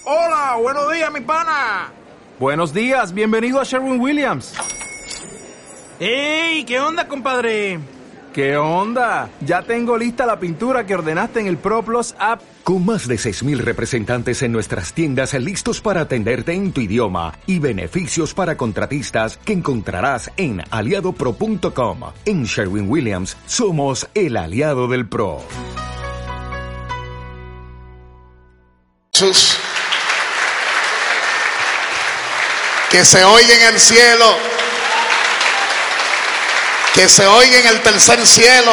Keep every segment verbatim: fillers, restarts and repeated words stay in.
Hola, buenos días, mi pana. Buenos días, bienvenido a Sherwin-Williams. ¡Ey! ¿Qué onda, compadre? ¿Qué onda? Ya tengo lista la pintura que ordenaste en el ProPlus app. Con más de seis mil representantes en nuestras tiendas listos para atenderte en tu idioma y beneficios para contratistas que encontrarás en aliado pro punto com. En Sherwin-Williams somos el aliado del pro. Jesús, que se oiga en el cielo, que se oiga en el tercer cielo.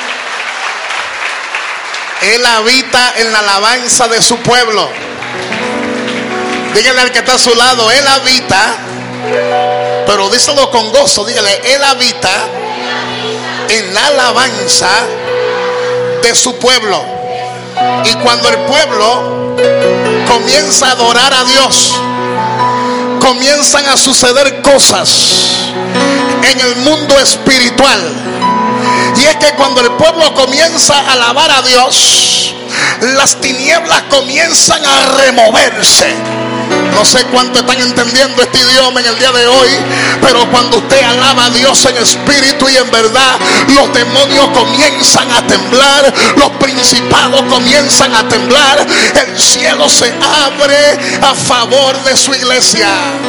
Él habita en la alabanza de su pueblo. Dígale al que está a su lado, Él habita, pero díselo con gozo, dígale, Él habita en la alabanza de su pueblo. Y cuando el pueblo comienza a adorar a Dios, comienzan a suceder cosas en el mundo espiritual. Y es que cuando el pueblo comienza a alabar a Dios, las tinieblas comienzan a removerse. No sé cuánto están entendiendo este idioma en el día de hoy, pero cuando usted alaba a Dios en espíritu y en verdad, los demonios comienzan a temblar, los principados comienzan a temblar, el cielo se abre a favor de su iglesia.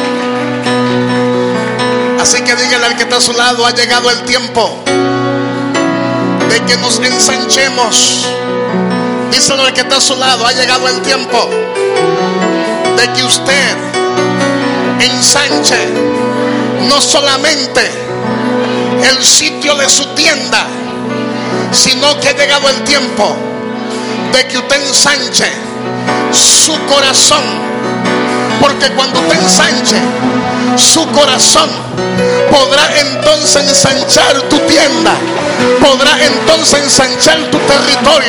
Así que dígale al que está a su lado, ha llegado el tiempo de que nos ensanchemos. Díselo al que está a su lado, ha llegado el tiempo de que usted ensanche no solamente el sitio de su tienda, sino que ha llegado el tiempo de que usted ensanche su corazón, porque cuando usted ensanche su corazón, podrá entonces ensanchar tu tienda, podrá entonces ensanchar tu territorio.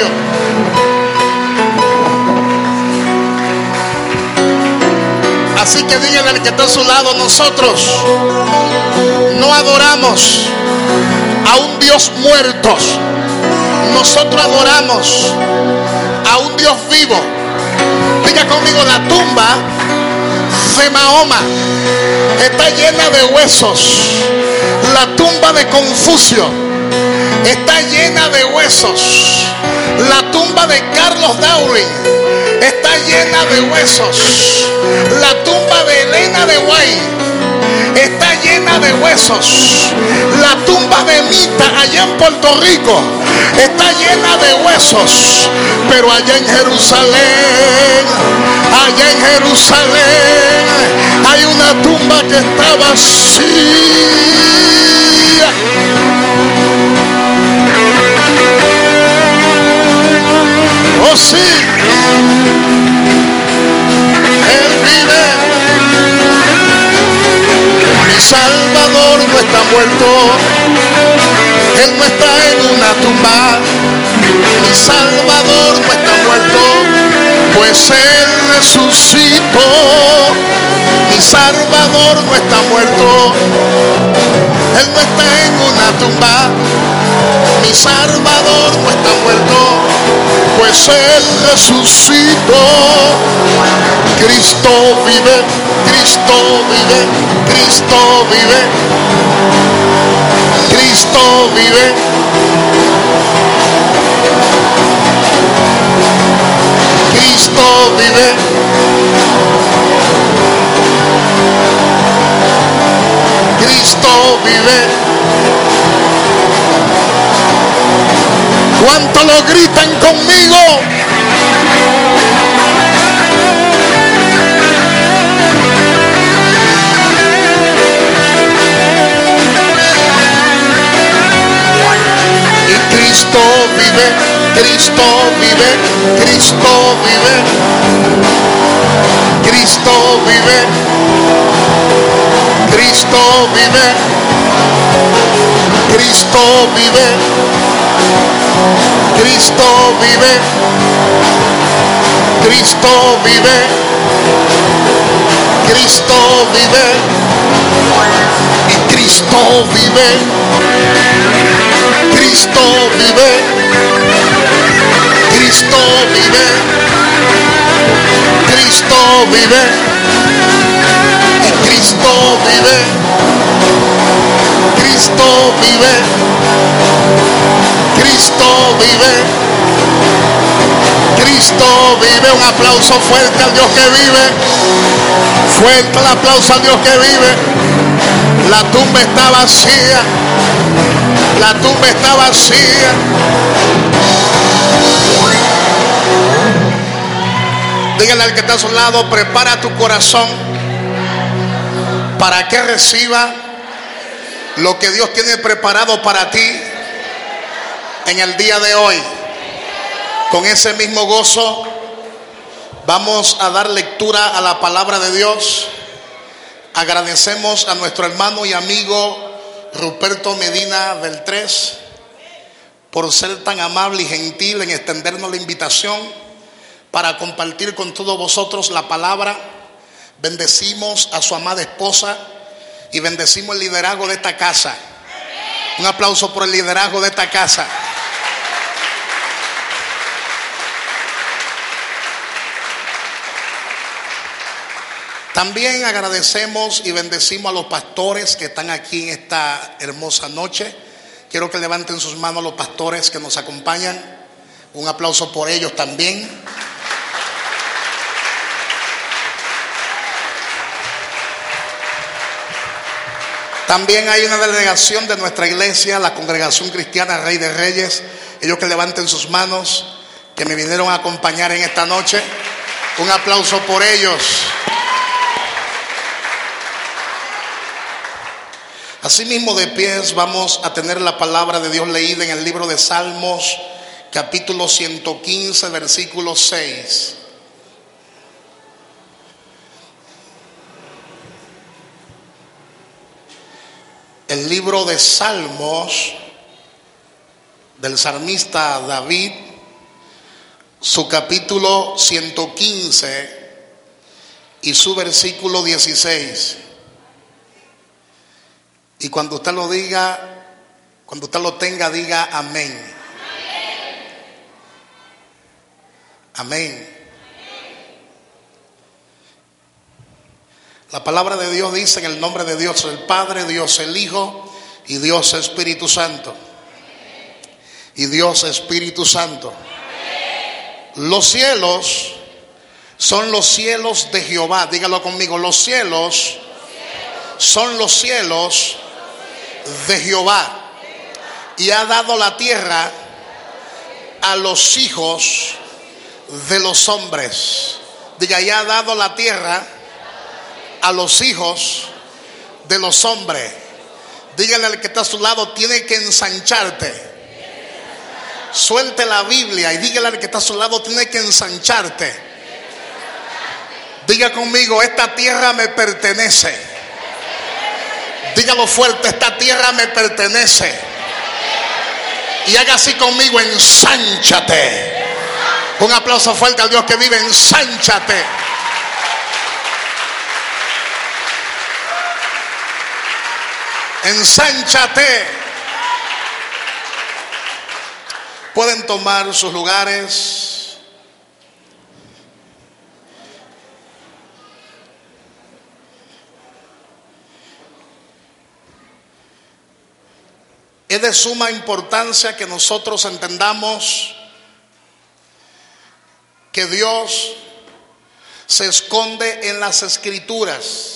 Así que díganle al que está a su lado, nosotros no adoramos a un Dios muerto, nosotros adoramos a un Dios vivo. Diga conmigo, la tumba de Mahoma está llena de huesos. La tumba de Confucio está llena de huesos. La tumba de Carlos Darwin está llena de huesos. La tumba de Elena de White está llena de huesos. La tumba de Mita allá en Puerto Rico está llena de huesos. Pero allá en Jerusalén, allá en Jerusalén hay una tumba que está vacía. Oh sí, Él vive. Mi Salvador no está muerto, Él no está en una tumba. Mi Salvador no está muerto, pues Él resucitó. Mi Salvador no está muerto, Él no está en una tumba. Mi Salvador no está muerto, pues Él resucitó. Cristo vive, Cristo vive, Cristo vive, Cristo vive. Cristo vive. Cristo vive. ¿Cuánto lo gritan conmigo? Y Cristo vive, Cristo vive, Cristo vive, Cristo vive, Cristo vive, Cristo vive. Cristo vive, Cristo vive, Cristo vive, y Cristo vive, Cristo vive, Cristo vive, Cristo Cristo vive. Y Cristo vive. Cristo vive. Cristo vive. Cristo vive. Un aplauso fuerte al Dios que vive. Fuerte el aplauso al Dios que vive. La tumba está vacía. La tumba está vacía. Dígale al que está a su lado, prepara tu corazón para que reciba lo que Dios tiene preparado para ti en el día de hoy. Con ese mismo gozo vamos a dar lectura a la palabra de Dios. Agradecemos a nuestro hermano y amigo Ruperto Medina Beltrés por ser tan amable y gentil en extendernos la invitación para compartir con todos vosotros la palabra. Bendecimos a su amada esposa y bendecimos el liderazgo de esta casa. Un aplauso por el liderazgo de esta casa. También agradecemos y bendecimos a los pastores que están aquí en esta hermosa noche. Quiero que levanten sus manos los pastores que nos acompañan. Un aplauso por ellos también. También hay una delegación de nuestra iglesia, la Congregación Cristiana Rey de Reyes. Ellos que levanten sus manos, que me vinieron a acompañar en esta noche. Un aplauso por ellos. Asimismo, de pies vamos a tener la palabra de Dios leída en el libro de Salmos, capítulo ciento quince, versículo seis. El libro de Salmos del salmista David, su capítulo ciento quince y su versículo dieciséis. Y cuando usted lo diga, cuando usted lo tenga, diga amén. Amén. La palabra de Dios dice en el nombre de Dios el Padre, Dios el Hijo y Dios Espíritu Santo. Y Dios Espíritu Santo. Los cielos son los cielos de Jehová. Dígalo conmigo. Los cielos son los cielos de Jehová. Y ha dado la tierra a los hijos de los hombres. Diga, y ha dado la tierra a los hijos de los hombres. Dígale al que está a su lado, tiene que ensancharte. Suelte la Biblia y dígale al que está a su lado, tiene que ensancharte. Diga conmigo, esta tierra me pertenece. Dígalo fuerte, esta tierra me pertenece. Y haga así conmigo, ensánchate. Un aplauso fuerte al Dios que vive, ensánchate. Ensánchate. Pueden tomar sus lugares. Es de suma importancia que nosotros entendamos que Dios se esconde en las Escrituras.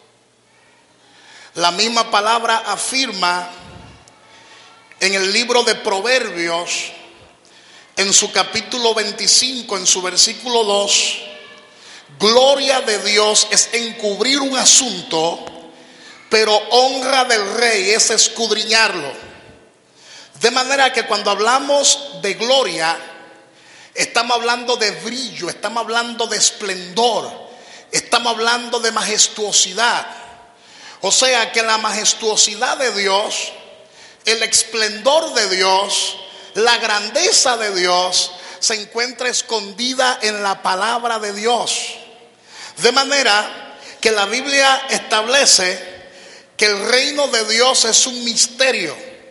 La misma palabra afirma en el libro de Proverbios, en su capítulo veinticinco, en su versículo dos, gloria de Dios es encubrir un asunto, pero honra del rey es escudriñarlo. De manera que cuando hablamos de gloria, estamos hablando de brillo, estamos hablando de esplendor, estamos hablando de majestuosidad. O sea que la majestuosidad de Dios, el esplendor de Dios, la grandeza de Dios se encuentra escondida en la palabra de Dios. De manera que la Biblia establece que el reino de Dios es un misterio,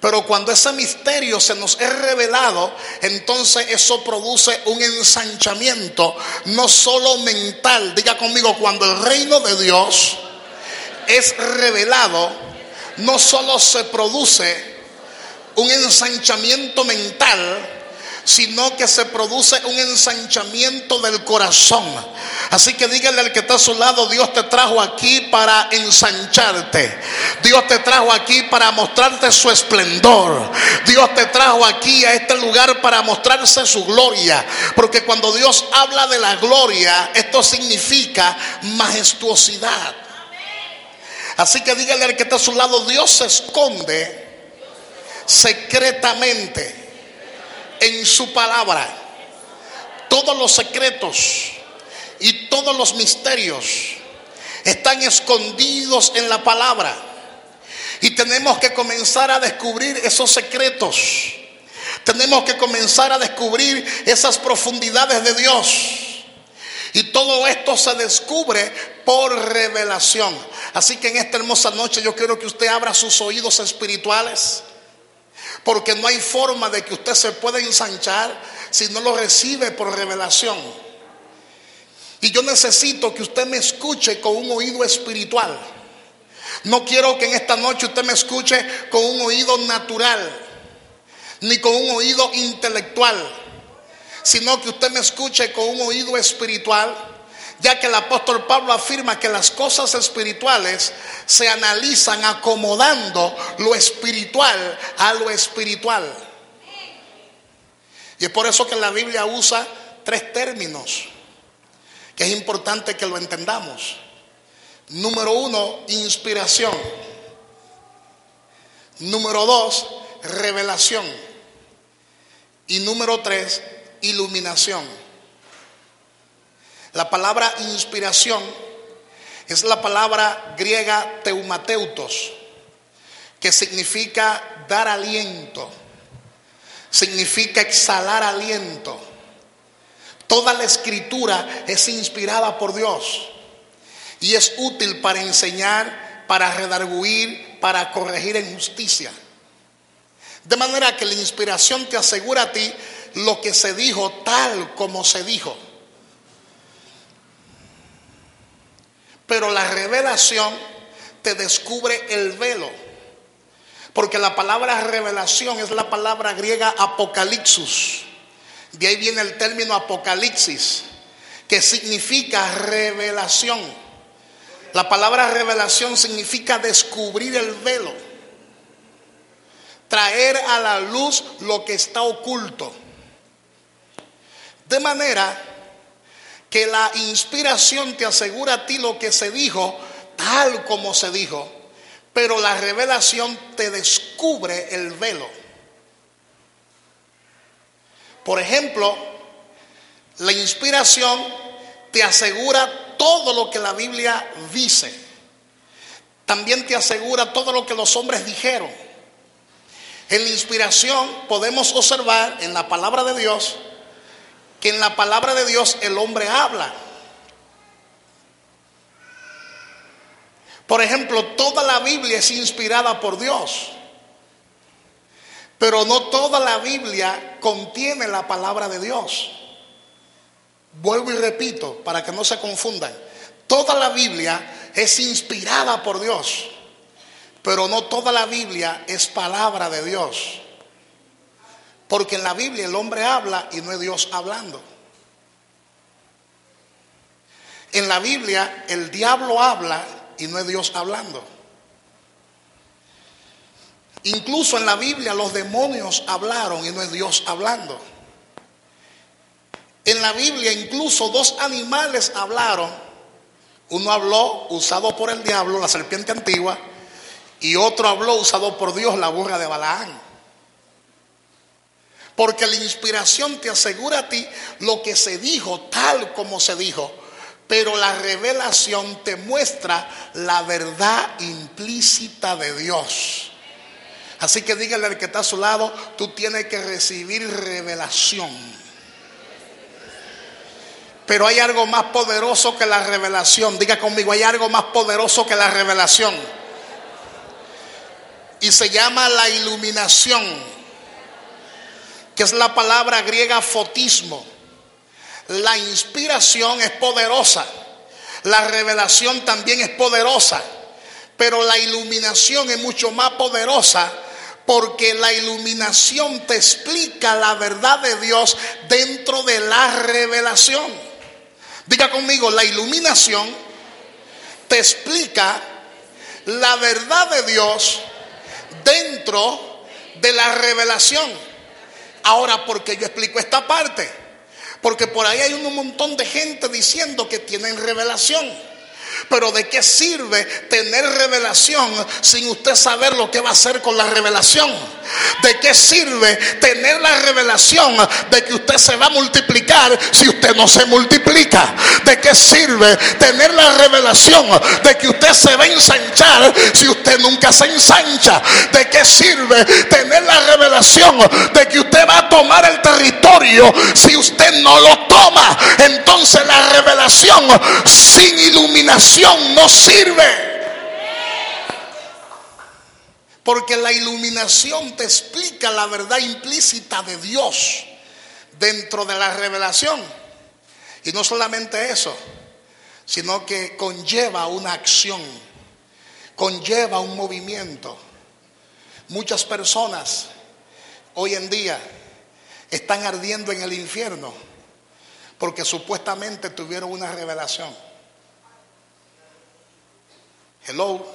Pero cuando ese misterio se nos es revelado, entonces eso produce un ensanchamiento, no solo mental. Diga conmigo, cuando el reino de Dios es revelado, no solo se produce un ensanchamiento mental, sino que se produce un ensanchamiento del corazón. Así que dígale al que está a su lado: Dios te trajo aquí para ensancharte. Dios te trajo aquí para mostrarte su esplendor. Dios te trajo aquí a este lugar para mostrarse su gloria. Porque cuando Dios habla de la gloria, esto significa majestuosidad. Así que dígale al que está a su lado: Dios se esconde secretamente en su palabra. Todos los secretos y todos los misterios están escondidos en la palabra, y tenemos que comenzar a descubrir esos secretos. Tenemos que comenzar a descubrir esas profundidades de Dios, y todo esto se descubre por revelación. Así que en esta hermosa noche yo quiero que usted abra sus oídos espirituales, porque no hay forma de que usted se pueda ensanchar si no lo recibe por revelación. Y yo necesito que usted me escuche con un oído espiritual. No quiero que en esta noche usted me escuche con un oído natural, ni con un oído intelectual, sino que usted me escuche con un oído espiritual, ya que el apóstol Pablo afirma que las cosas espirituales se analizan acomodando lo espiritual a lo espiritual. Y es por eso que la Biblia usa tres términos que es importante que lo entendamos. Número uno, inspiración. Número dos, revelación. Y número tres, iluminación. La palabra inspiración es la palabra griega teumateutos, que significa dar aliento, significa exhalar aliento. Toda la escritura es inspirada por Dios y es útil para enseñar, para redarguir, para corregir en justicia. De manera que la inspiración te asegura a ti lo que se dijo tal como se dijo. Pero la revelación te descubre el velo, porque la palabra revelación es la palabra griega apocalipsis. De ahí viene el término apocalipsis, que significa revelación. La palabra revelación significa descubrir el velo, traer a la luz lo que está oculto. De manera que la inspiración te asegura a ti lo que se dijo tal como se dijo, pero la revelación te descubre el velo. Por ejemplo, la inspiración te asegura todo lo que la Biblia dice. También te asegura todo lo que los hombres dijeron. En la inspiración podemos observar en la palabra de Dios que en la palabra de Dios el hombre habla. Por ejemplo, toda la Biblia es inspirada por Dios, pero no toda la Biblia contiene la palabra de Dios. Vuelvo y repito para que no se confundan. Toda la Biblia es inspirada por Dios, pero no toda la Biblia es palabra de Dios. Porque en la Biblia el hombre habla y no es Dios hablando. En la Biblia el diablo habla y no es Dios hablando. Incluso en la Biblia los demonios hablaron y no es Dios hablando. En la Biblia incluso dos animales hablaron. Uno habló usado por el diablo, la serpiente antigua, y otro habló usado por Dios, la burra de Balaán. Porque la inspiración te asegura a ti lo que se dijo tal como se dijo, pero la revelación te muestra la verdad implícita de Dios. Así que dígale al que está a su lado: tú tienes que recibir revelación. Pero hay algo más poderoso que la revelación. Diga conmigo: hay algo más poderoso que la revelación. y se llama la iluminación, que es la palabra griega fotismo. La inspiración es poderosa, la revelación también es poderosa, pero la iluminación es mucho más poderosa, porque la iluminación te explica la verdad de Dios dentro de la revelación. Diga conmigo, la iluminación te explica la verdad de Dios dentro de la revelación. Ahora, ¿por qué yo explico esta parte? Porque por ahí hay un montón de gente diciendo que tienen revelación. Pero ¿de qué sirve tener revelación sin usted saber lo que va a hacer con la revelación? ¿De qué sirve tener la revelación de que usted se va a multiplicar si usted no se multiplica? ¿De qué sirve tener la revelación de que usted se va a ensanchar si usted nunca se ensancha? ¿De qué sirve tener la revelación de que usted va a tomar el territorio si usted no lo toma? Entonces la revelación sin iluminación no sirve. Porque la iluminación te explica la verdad implícita de Dios dentro de la revelación. Y no solamente eso, sino que conlleva una acción, conlleva un movimiento. Muchas personas hoy en día están ardiendo en el infierno porque supuestamente tuvieron una revelación. Hello.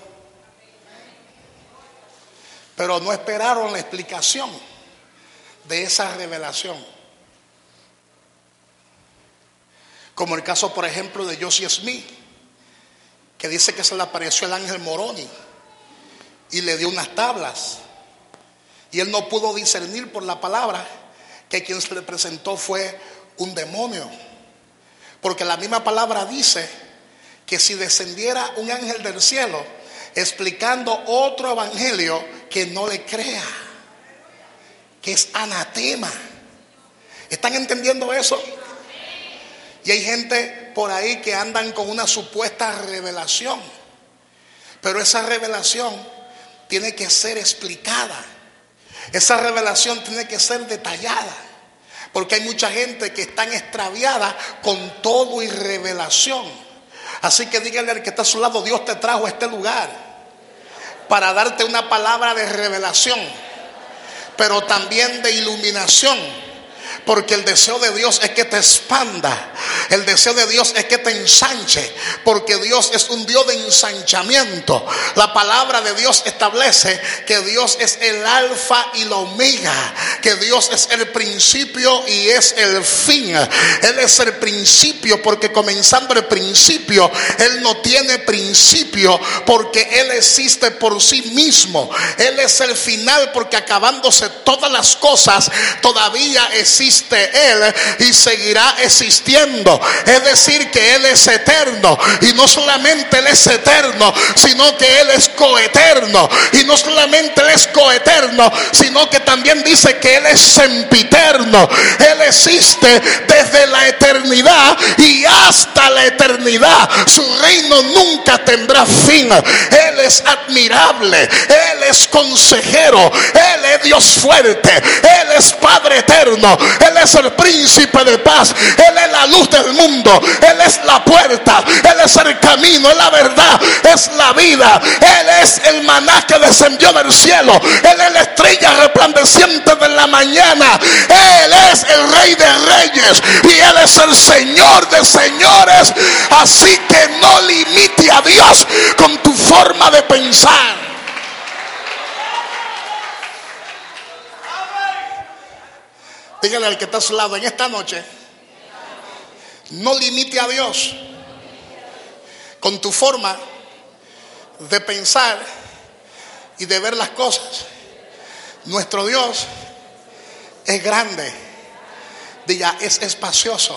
Pero no esperaron la explicación de esa revelación. Como el caso, por ejemplo, de Joseph Smith, que dice que se le apareció el ángel Moroni y le dio unas tablas. Y él no pudo discernir por la palabra que quien se le presentó fue un demonio. Porque la misma palabra dice que si descendiera un ángel del cielo explicando otro evangelio, que no le crea, que es anatema. ¿Están entendiendo eso? Y hay gente por ahí que andan con una supuesta revelación, pero esa revelación tiene que ser explicada. Esa revelación tiene que ser detallada, porque hay mucha gente que está extraviada con todo y revelación. Así que dígale al que está a su lado: Dios te trajo a este lugar para darte una palabra de revelación, pero también de iluminación. Porque el deseo de Dios es que te expanda. El deseo de Dios es que te ensanche. Porque Dios es un Dios de ensanchamiento. La palabra de Dios establece que Dios es el alfa y la omega. Que Dios es el principio y es el fin. Él es el principio porque comenzando el principio, Él no tiene principio porque Él existe por sí mismo. Él es el final porque acabándose todas las cosas, todavía existe Él y seguirá existiendo. Es decir, que Él es eterno. Y no solamente Él es eterno, sino que Él es coeterno. Y no solamente Él es coeterno, sino que también dice que Él es sempiterno. Él existe desde la eternidad y hasta la eternidad. Su reino nunca tendrá fin. Él es admirable. Él es consejero. Él es Dios fuerte. Él es Padre eterno. Él es el príncipe de paz. Él es la luz del mundo. Él es la puerta. Él es el camino. Es la verdad. Es la vida. Él es el maná que descendió del cielo. Él es la estrella resplandeciente de la mañana. Él es el Rey de reyes. Y Él es el Señor de señores. Así que no limite a Dios con tu forma de pensar. Dígale al que está a su lado en esta noche: no limite a Dios con tu forma de pensar y de ver las cosas. Nuestro Dios es grande. Diga, es espacioso.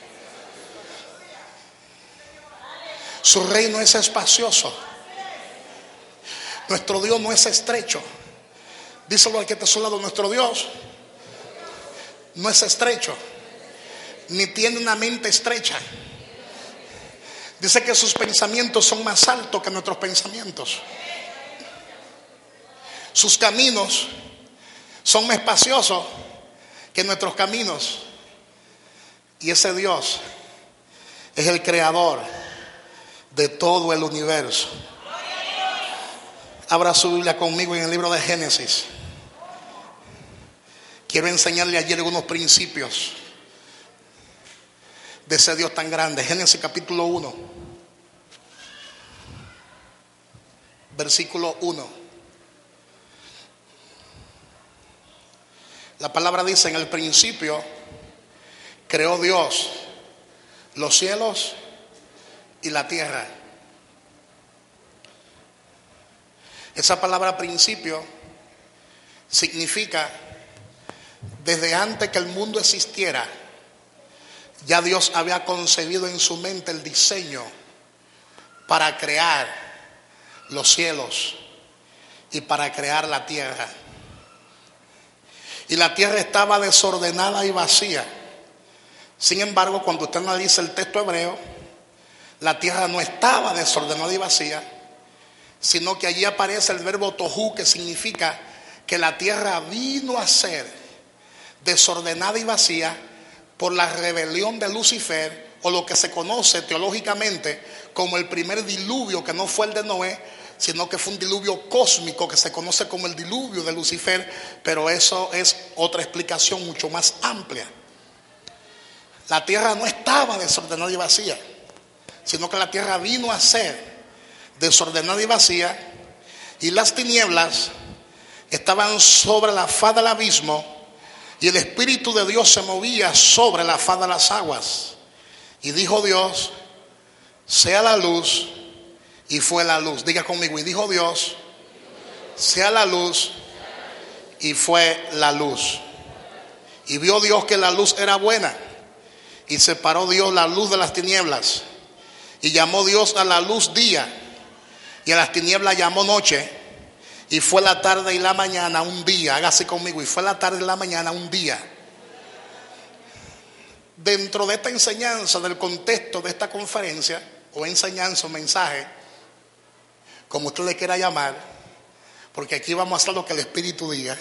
Su reino es espacioso. Nuestro Dios no es estrecho. Díselo al que está a su lado: nuestro Dios no es estrecho, ni tiene una mente estrecha. Dice que sus pensamientos son más altos que nuestros pensamientos. Sus caminos son más espaciosos que nuestros caminos. Y ese Dios es el creador de todo el universo. Abra su Biblia conmigo en el libro de Génesis. Quiero enseñarle ayer algunos principios de ese Dios tan grande. Génesis capítulo uno, versículo uno. La palabra dice: en el principio creó Dios los cielos y la tierra. Esa palabra principio significa desde antes que el mundo existiera, ya Dios había concebido en su mente el diseño para crear los cielos y para crear la tierra. Y la tierra estaba desordenada y vacía. Sin embargo, cuando usted analiza el texto hebreo, la tierra no estaba desordenada y vacía, sino que allí aparece el verbo tohu, que significa que la tierra vino a ser desordenada y vacía por la rebelión de Lucifer, o lo que se conoce teológicamente como el primer diluvio, que no fue el de Noé, sino que fue un diluvio cósmico que se conoce como el diluvio de Lucifer, pero eso es otra explicación mucho más amplia. La tierra no estaba desordenada y vacía, sino que la tierra vino a ser desordenada y vacía, y las tinieblas estaban sobre la faz del abismo, y el Espíritu de Dios se movía sobre la faz de las aguas. Y dijo Dios: sea la luz, y fue la luz. Diga conmigo: y dijo Dios, sea la luz, y fue la luz. Y vio Dios que la luz era buena, y separó Dios la luz de las tinieblas. Y llamó Dios a la luz día, y a las tinieblas llamó noche. Y fue la tarde y la mañana un día. Hágase conmigo: y fue la tarde y la mañana un día. Dentro de esta enseñanza, del contexto de esta conferencia, o enseñanza o mensaje, como usted le quiera llamar, porque aquí vamos a hacer lo que el Espíritu diga.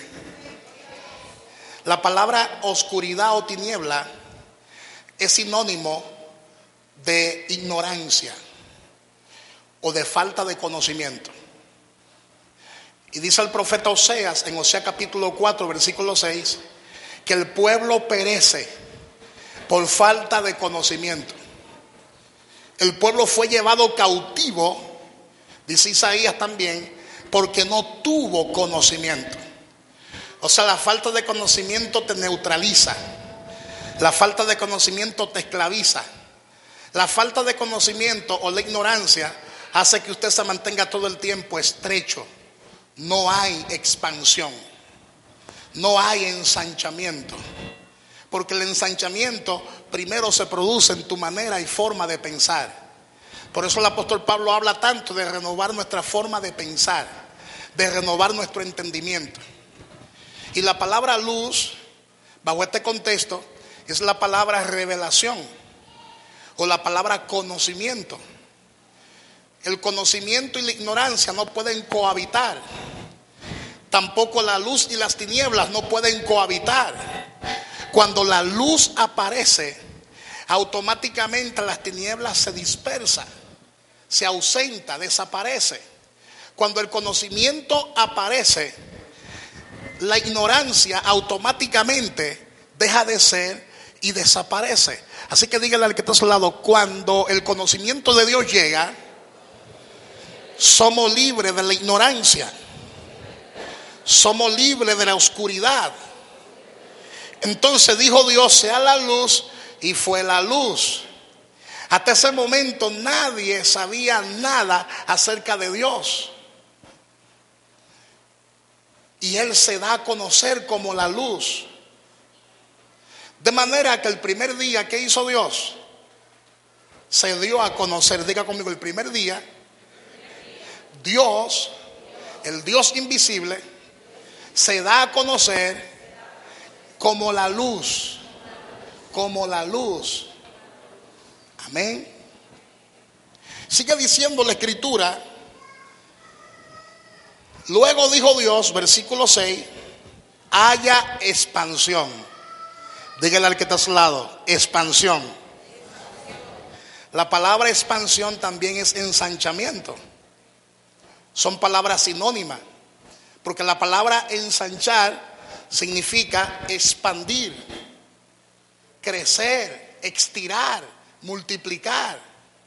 La palabra oscuridad o tiniebla es sinónimo de ignorancia o de falta de conocimiento. Y dice el profeta Oseas en Oseas capítulo cuatro, versículo seis, que el pueblo perece por falta de conocimiento. El pueblo fue llevado cautivo, dice Isaías también, porque no tuvo conocimiento. O sea, la falta de conocimiento te neutraliza. La falta de conocimiento te esclaviza. La falta de conocimiento o la ignorancia hace que usted se mantenga todo el tiempo estrecho. No hay expansión, no hay ensanchamiento, porque el ensanchamiento primero se produce en tu manera y forma de pensar. Por eso el apóstol Pablo habla tanto de renovar nuestra forma de pensar, de renovar nuestro entendimiento. Y la palabra luz, bajo este contexto, es la palabra revelación o la palabra conocimiento. El conocimiento y la ignorancia no pueden cohabitar. Tampoco la luz y las tinieblas no pueden cohabitar. Cuando la luz aparece, automáticamente las tinieblas se dispersan, se ausenta, desaparece. Cuando el conocimiento aparece, la ignorancia automáticamente deja de ser y desaparece. Así que dígale al que está a su lado: cuando el conocimiento de Dios llega, somos libres de la ignorancia, somos libres de la oscuridad. Entonces dijo Dios: sea la luz, y fue la luz. Hasta ese momento nadie sabía nada acerca de Dios, y Él se da a conocer como la luz. De manera que el primer día que hizo Dios, se dio a conocer. Diga conmigo: el primer día Dios, el Dios invisible, se da a conocer como la luz, como la luz. Amén. Sigue diciendo la Escritura, Luego dijo Dios, versículo seis, haya expansión. Dígale al que está a su lado, expansión. La palabra expansión también es ensanchamiento. Son palabras sinónimas, porque la palabra ensanchar significa expandir, crecer, estirar, multiplicar.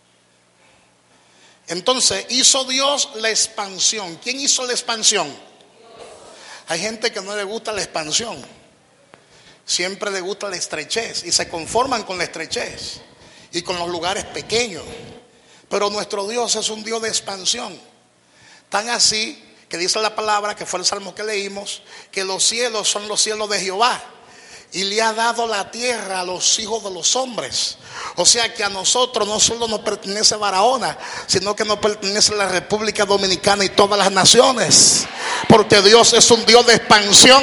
Entonces hizo Dios la expansión. ¿Quién hizo la expansión? Hay gente que no le gusta la expansión, siempre le gusta la estrechez y se conforman con la estrechez y con los lugares pequeños. Pero nuestro Dios es un Dios de expansión. Tan así que dice la palabra, que fue el salmo que leímos, que los cielos son los cielos de Jehová y le ha dado la tierra a los hijos de los hombres. O sea que a nosotros no solo nos pertenece Barahona, sino que nos pertenece la República Dominicana y todas las naciones, porque Dios es un Dios de expansión.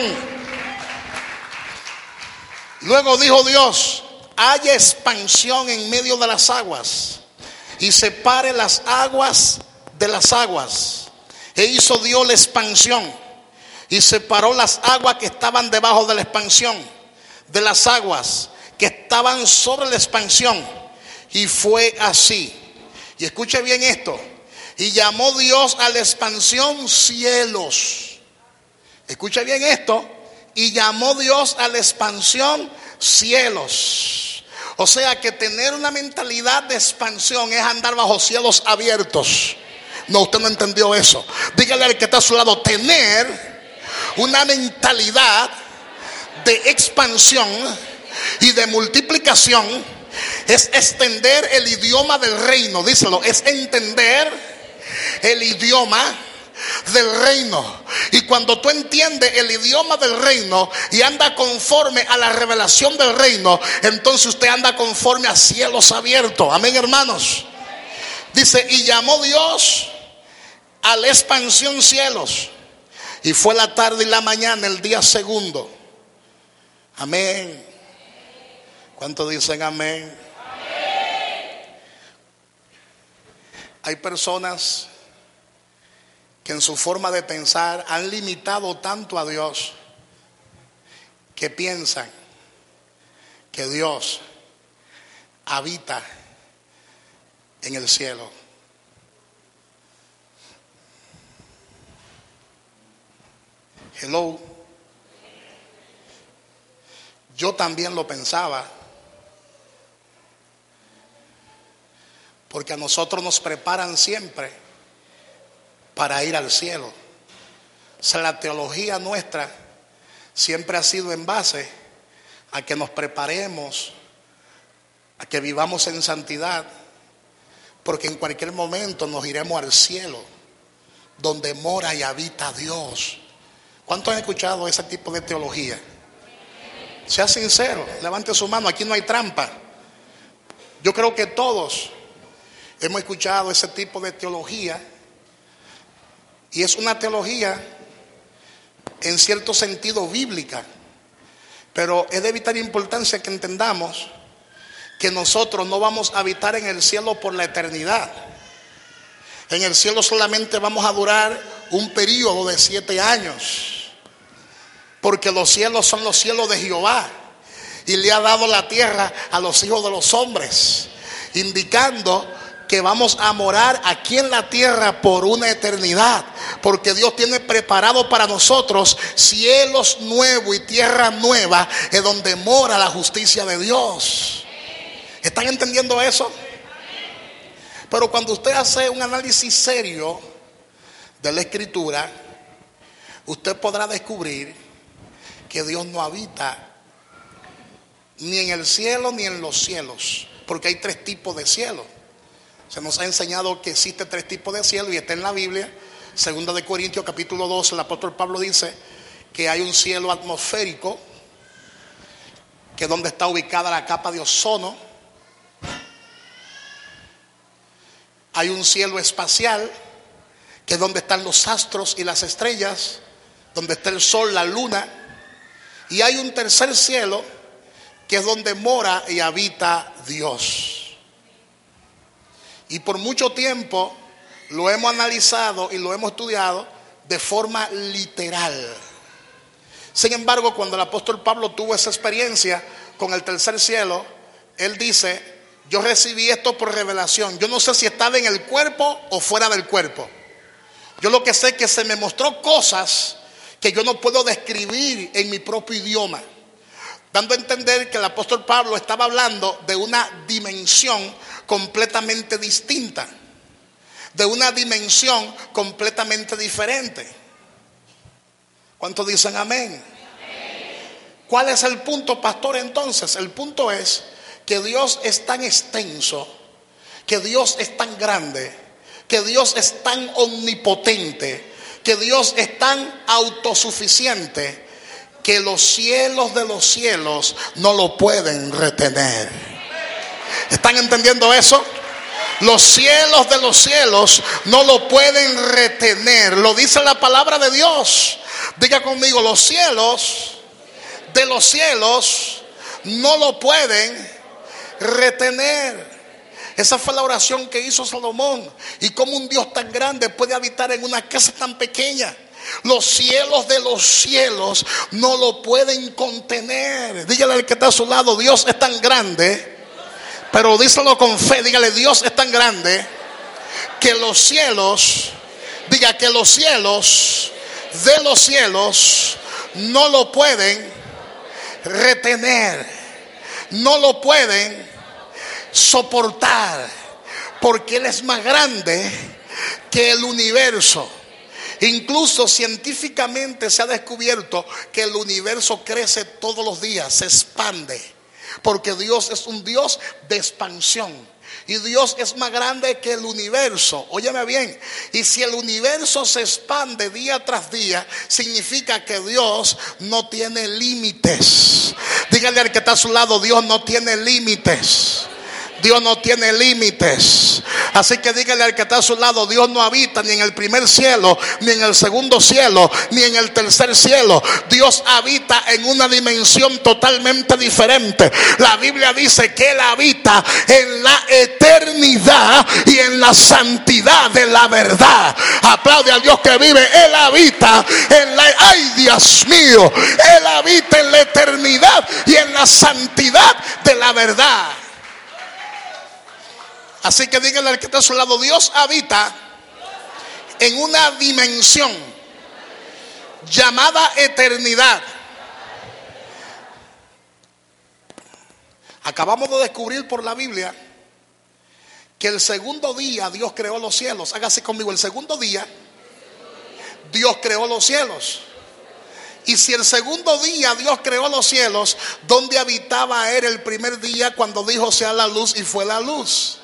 Luego dijo Dios, haya expansión en medio de las aguas y separe las aguas de las aguas. E hizo Dios la expansión y separó las aguas que estaban debajo de la expansión de las aguas que estaban sobre la expansión. Y fue así. Y escuche bien esto. Y llamó Dios a la expansión cielos. Escuche bien esto. Y llamó Dios a la expansión cielos. O sea que tener una mentalidad de expansión es andar bajo cielos abiertos. No, usted no entendió eso. Dígale al que está a su lado, tener una mentalidad de expansión y de multiplicación es extender el idioma del reino. Díselo, es entender el idioma del reino. Y cuando tú entiendes el idioma del reino y anda conforme a la revelación del reino, entonces usted anda conforme a cielos abiertos. Amén, hermanos. Dice, y llamó Dios a la expansión cielos. Y fue la tarde y la mañana, el día segundo. Amén. ¿Cuántos dicen amén? Amén. Hay personas que en su forma de pensar han limitado tanto a Dios que piensan que Dios habita en el cielo. Hello. Yo también lo pensaba, porque a nosotros nos preparan siempre para ir al cielo. O sea, la teología nuestra siempre ha sido en base a que nos preparemos, a que vivamos en santidad, porque en cualquier momento nos iremos al cielo, donde mora y habita Dios. ¿Cuántos han escuchado ese tipo de teología? Sea sincero, levante su mano, aquí no hay trampa. Yo creo que todos hemos escuchado ese tipo de teología, y es una teología en cierto sentido bíblica, pero es de vital importancia que entendamos que nosotros no vamos a habitar en el cielo por la eternidad. En el cielo solamente vamos a durar un periodo de siete años. Porque los cielos son los cielos de Jehová y le ha dado la tierra a los hijos de los hombres, indicando que vamos a morar aquí en la tierra por una eternidad, porque Dios tiene preparado para nosotros cielos nuevos y tierra nueva, en donde mora la justicia de Dios. ¿Están entendiendo eso? Pero cuando usted hace un análisis serio de la Escritura, usted podrá descubrir que Dios no habita ni en el cielo ni en los cielos, porque hay tres tipos de cielo. Se nos ha enseñado que existen tres tipos de cielo y está en la Biblia. Segunda de Corintios capítulo doce, el apóstol Pablo dice que hay un cielo atmosférico, que es donde está ubicada la capa de ozono. Hay un cielo espacial, que es donde están los astros y las estrellas, donde está el sol, la luna. Y hay un tercer cielo, que es donde mora y habita Dios. Y por mucho tiempo lo hemos analizado y lo hemos estudiado de forma literal. Sin embargo, cuando el apóstol Pablo tuvo esa experiencia con el tercer cielo, él dice: yo recibí esto por revelación. Yo no sé si estaba en el cuerpo o fuera del cuerpo. Yo lo que sé es que se me mostró cosas que yo no puedo describir en mi propio idioma, dando a entender que el apóstol Pablo estaba hablando de una dimensión completamente distinta, de una dimensión completamente diferente. ¿Cuántos dicen amén? Amén. ¿Cuál es el punto, pastor? Entonces, el punto es que Dios es tan extenso, que Dios es tan grande, que Dios es tan omnipotente, que Dios es tan autosuficiente, que los cielos de los cielos no lo pueden retener. ¿Están entendiendo eso? Los cielos de los cielos no lo pueden retener. Lo dice la palabra de Dios. Diga conmigo: los cielos de los cielos no lo pueden retener. Esa fue la oración que hizo Salomón. Y cómo un Dios tan grande puede habitar en una casa tan pequeña. Los cielos de los cielos no lo pueden contener. Dígale al que está a su lado: Dios es tan grande. Pero díselo con fe, dígale: Dios es tan grande que los cielos, diga que los cielos de los cielos no lo pueden retener, no lo pueden soportar, porque Él es más grande que el universo. Incluso científicamente se ha descubierto que el universo crece todos los días, se expande. Porque Dios es un Dios de expansión. Y Dios es más grande que el universo. Óyeme bien. Y si el universo se expande día tras día, significa que Dios no tiene límites. Dígale al que está a su lado: Dios no tiene límites. Dios no tiene límites. Así que dígale al que está a su lado: Dios no habita ni en el primer cielo, ni en el segundo cielo, ni en el tercer cielo. Dios habita en una dimensión totalmente diferente. La Biblia dice que Él habita en la eternidad y en la santidad de la verdad. Aplaude al Dios que vive. Él habita en la... ¡Ay, Dios mío! Él habita en la eternidad y en la santidad de la verdad. Así que díganle al que está a su lado: Dios habita en una dimensión llamada eternidad. Acabamos de descubrir por la Biblia que el segundo día Dios creó los cielos. Hágase conmigo: el segundo día Dios creó los cielos. Y si el segundo día Dios creó los cielos, ¿dónde habitaba Él el primer día cuando dijo sea la luz y fue la luz?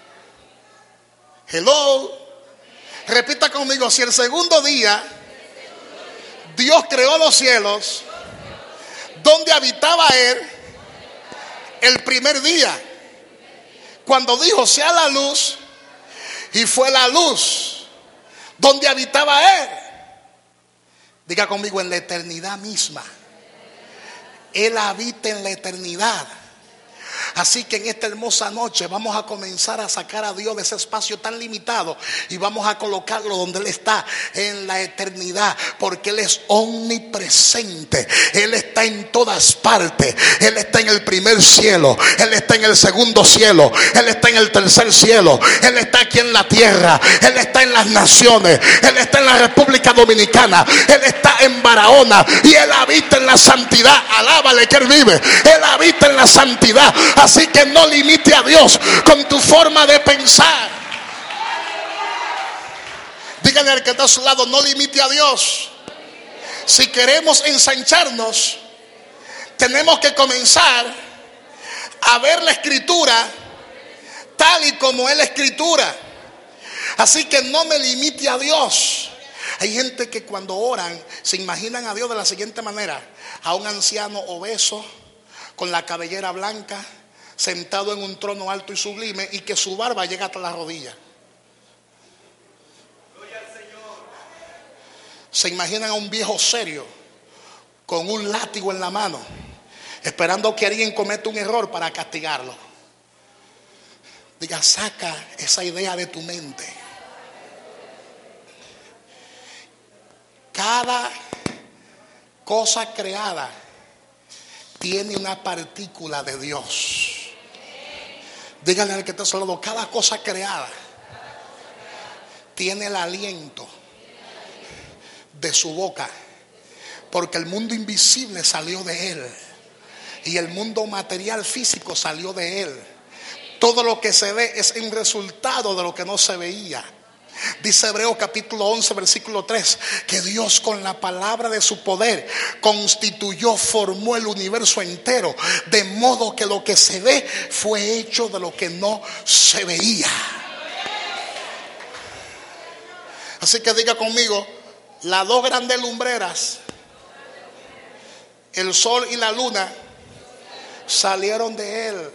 Hello. Repita conmigo: si el segundo día Dios creó los cielos, ¿dónde habitaba Él el primer día? Cuando dijo sea la luz y fue la luz. ¿Dónde habitaba Él? Diga conmigo: en la eternidad misma. Él habita en la eternidad. Así que en esta hermosa noche vamos a comenzar a sacar a Dios de ese espacio tan limitado y vamos a colocarlo donde Él está, en la eternidad, porque Él es omnipresente. Él está en todas partes. Él está en el primer cielo, Él está en el segundo cielo, Él está en el tercer cielo, Él está aquí en la tierra, Él está en las naciones, Él está en la República Dominicana, Él está en Barahona y Él habita en la santidad. Alábale que Él vive. Él habita en la santidad. Así que no limite a Dios con tu forma de pensar. Dígale al que está a su lado: no limite a Dios. Si queremos ensancharnos, tenemos que comenzar a ver la escritura tal y como es la escritura. Así que no me limite a Dios. Hay gente que cuando oran se imaginan a Dios de la siguiente manera: a un anciano obeso con la cabellera blanca, sentado en un trono alto y sublime, y que su barba llega hasta la rodilla. Se imaginan a un viejo serio con un látigo en la mano, esperando que alguien cometa un error para castigarlo. Diga: saca esa idea de tu mente. Cada cosa creada tiene una partícula de Dios. Díganle al que está a su lado, cada cosa creada tiene el aliento de su boca, porque el mundo invisible salió de él y el mundo material físico salió de él. Todo lo que se ve es un resultado de lo que no se veía. Dice Hebreos capítulo once versículo tres que Dios con la palabra de su poder constituyó, formó el universo entero, de modo que lo que se ve fue hecho de lo que no se veía. Así que diga conmigo, las dos grandes lumbreras, el sol y la luna, salieron de él.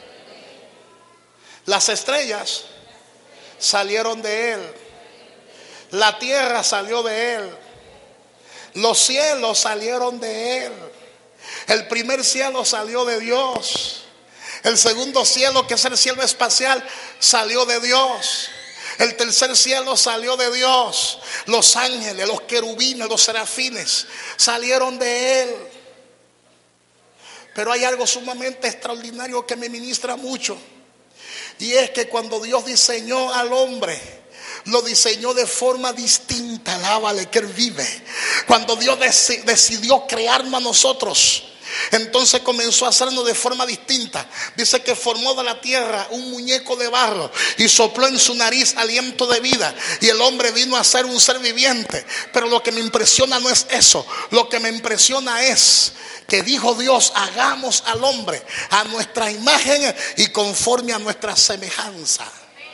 Las estrellas salieron de él. La tierra salió de él. Los cielos salieron de él. El primer cielo salió de Dios. El segundo cielo, que es el cielo espacial, salió de Dios. El tercer cielo salió de Dios. Los ángeles, los querubines, los serafines salieron de él. Pero hay algo sumamente extraordinario que me ministra mucho. Y es que cuando Dios diseñó al hombre, lo diseñó de forma distinta. Alábale que él vive. Cuando Dios dec- decidió crearnos a nosotros, entonces comenzó a hacernos de forma distinta. Dice que formó de la tierra un muñeco de barro y sopló en su nariz aliento de vida, y el hombre vino a ser un ser viviente. Pero lo que me impresiona no es eso. Lo que me impresiona es que dijo Dios: hagamos al hombre a nuestra imagen y conforme a nuestra semejanza.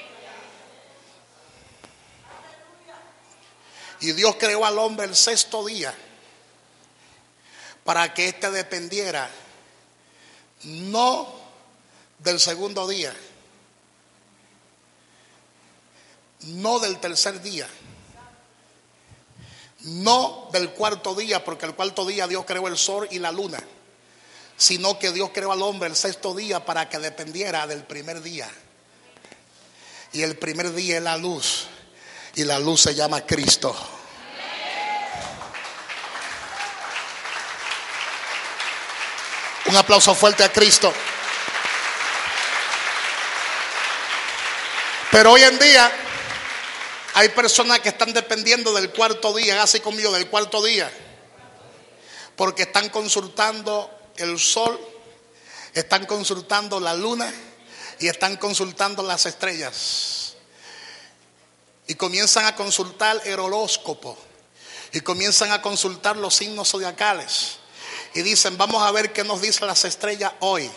Y Dios creó al hombre el sexto día para que éste dependiera no del segundo día, no del tercer día, no del cuarto día, porque el cuarto día Dios creó el sol y la luna, sino que Dios creó al hombre el sexto día para que dependiera del primer día. Y el primer día es la luz, y la luz se llama Cristo. Un aplauso fuerte a Cristo. Pero hoy en día hay personas que están dependiendo del cuarto día, así conmigo, del cuarto día, porque están consultando el sol, están consultando la luna y están consultando las estrellas. Y comienzan a consultar el horóscopo y comienzan a consultar los signos zodiacales. Y dicen: vamos a ver qué nos dicen las estrellas hoy.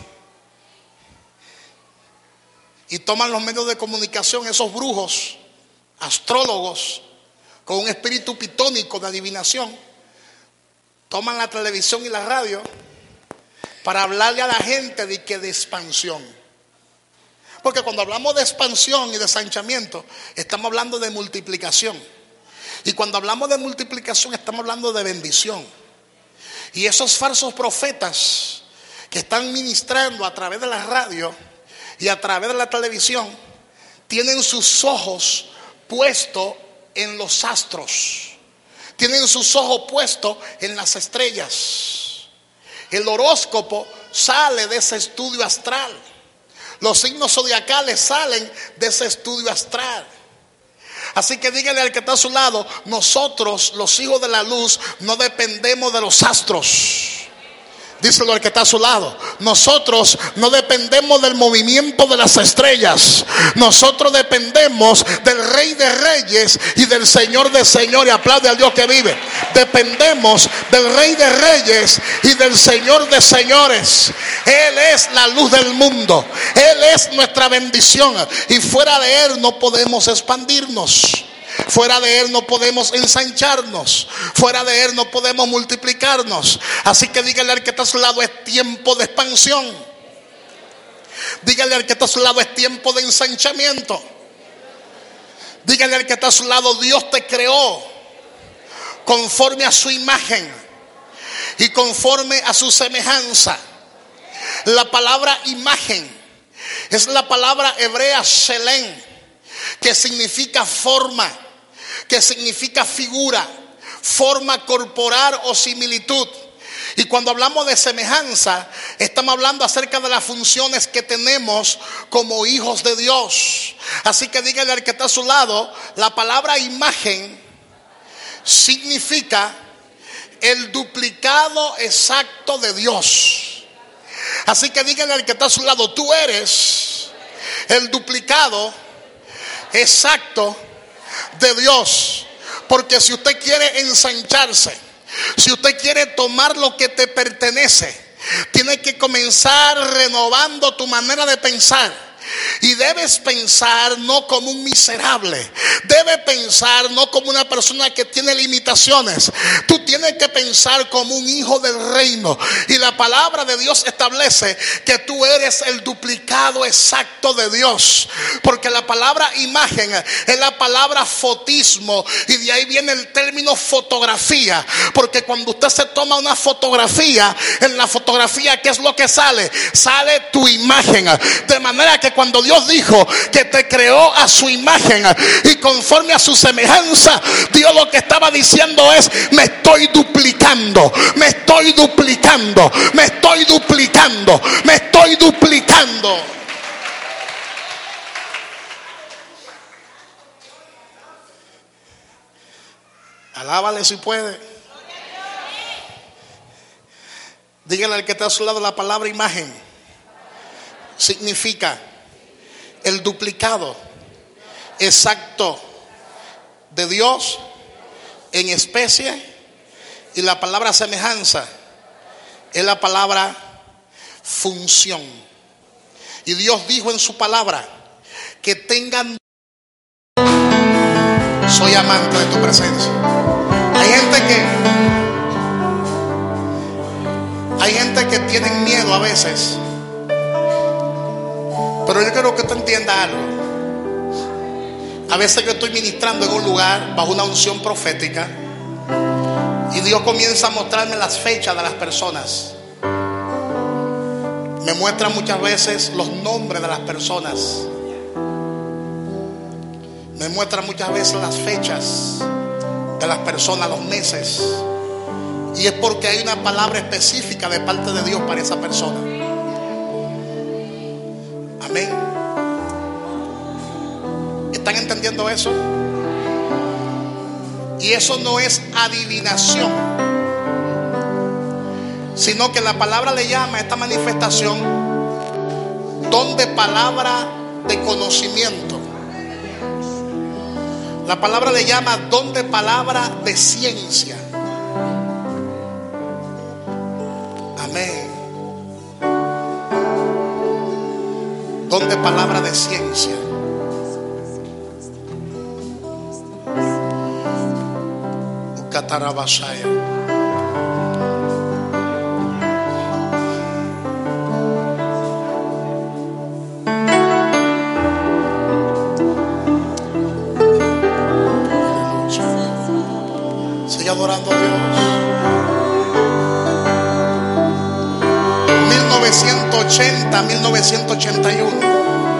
Y toman los medios de comunicación, esos brujos, astrólogos, con un espíritu pitónico de adivinación. Toman la televisión y la radio para hablarle a la gente de que de expansión. Porque cuando hablamos de expansión y de ensanchamiento, estamos hablando de multiplicación. Y cuando hablamos de multiplicación, estamos hablando de bendición. Y esos falsos profetas que están ministrando a través de la radio y a través de la televisión, tienen sus ojos puestos en los astros, tienen sus ojos puestos en las estrellas. El horóscopo sale de ese estudio astral. Los signos zodiacales salen de ese estudio astral. Así que dígale al que está a su lado: nosotros, los hijos de la luz, no dependemos de los astros. Díselo al que está a su lado: nosotros no dependemos del movimiento de las estrellas. Nosotros dependemos del Rey de Reyes y del Señor de Señores. Aplaude al Dios que vive. Dependemos del Rey de Reyes y del Señor de Señores. Él es la luz del mundo. Él es nuestra bendición. Y fuera de Él no podemos expandirnos. Fuera de Él no podemos ensancharnos. Fuera de Él no podemos multiplicarnos. Así que dígale al que está a su lado: es tiempo de expansión. Dígale al que está a su lado: es tiempo de ensanchamiento. Dígale al que está a su lado: Dios te creó conforme a su imagen y conforme a su semejanza. La palabra imagen es la palabra hebrea shelem, que significa forma, que significa figura, forma corporal o similitud. Y cuando hablamos de semejanza, estamos hablando acerca de las funciones que tenemos como hijos de Dios. Así que dígale al que está a su lado, la palabra imagen significa el duplicado exacto de Dios. Así que dígale al que está a su lado, tú eres el duplicado exacto de Dios. Porque si usted quiere ensancharse, si usted quiere tomar lo que te pertenece, tiene que comenzar renovando tu manera de pensar. Y debes pensar no como un miserable. Debes pensar no como una persona que tiene limitaciones. Tú tienes que pensar como un hijo del reino. Y la palabra de Dios establece que tú eres el duplicado exacto de Dios. Porque la palabra imagen es la palabra fotismo. Y de ahí viene el término fotografía. Porque cuando usted se toma una fotografía, en la fotografía, ¿qué es lo que sale? Sale tu imagen. De manera que cuando Dios dijo que te creó a su imagen y conforme a su semejanza, Dios lo que estaba diciendo es: me estoy duplicando, me estoy duplicando, me estoy duplicando, me estoy duplicando. Alábale si puede. Dígale al que está a su lado, la palabra imagen significa el duplicado exacto de Dios en especie. Y la palabra semejanza es la palabra función. Y Dios dijo en su palabra que tengan. Soy amante de tu presencia. Hay gente que Hay gente que tienen miedo a veces. Pero yo quiero que tú entiendas algo. A veces yo estoy ministrando en un lugar bajo una unción profética y Dios comienza a mostrarme las fechas de las personas. Me muestra muchas veces los nombres de las personas. Me muestra muchas veces las fechas de las personas, los meses. Y es porque hay una palabra específica de parte de Dios para esa persona. Amén. ¿Están entendiendo eso? Y eso no es adivinación, sino que la palabra le llama a esta manifestación don de palabra de conocimiento. La palabra le llama don de palabra de ciencia. Amén. Don de palabra de ciencia. Ucatarabashaya. Sigue adorando a Dios. mil novecientos ochenta, mil novecientos ochenta y uno.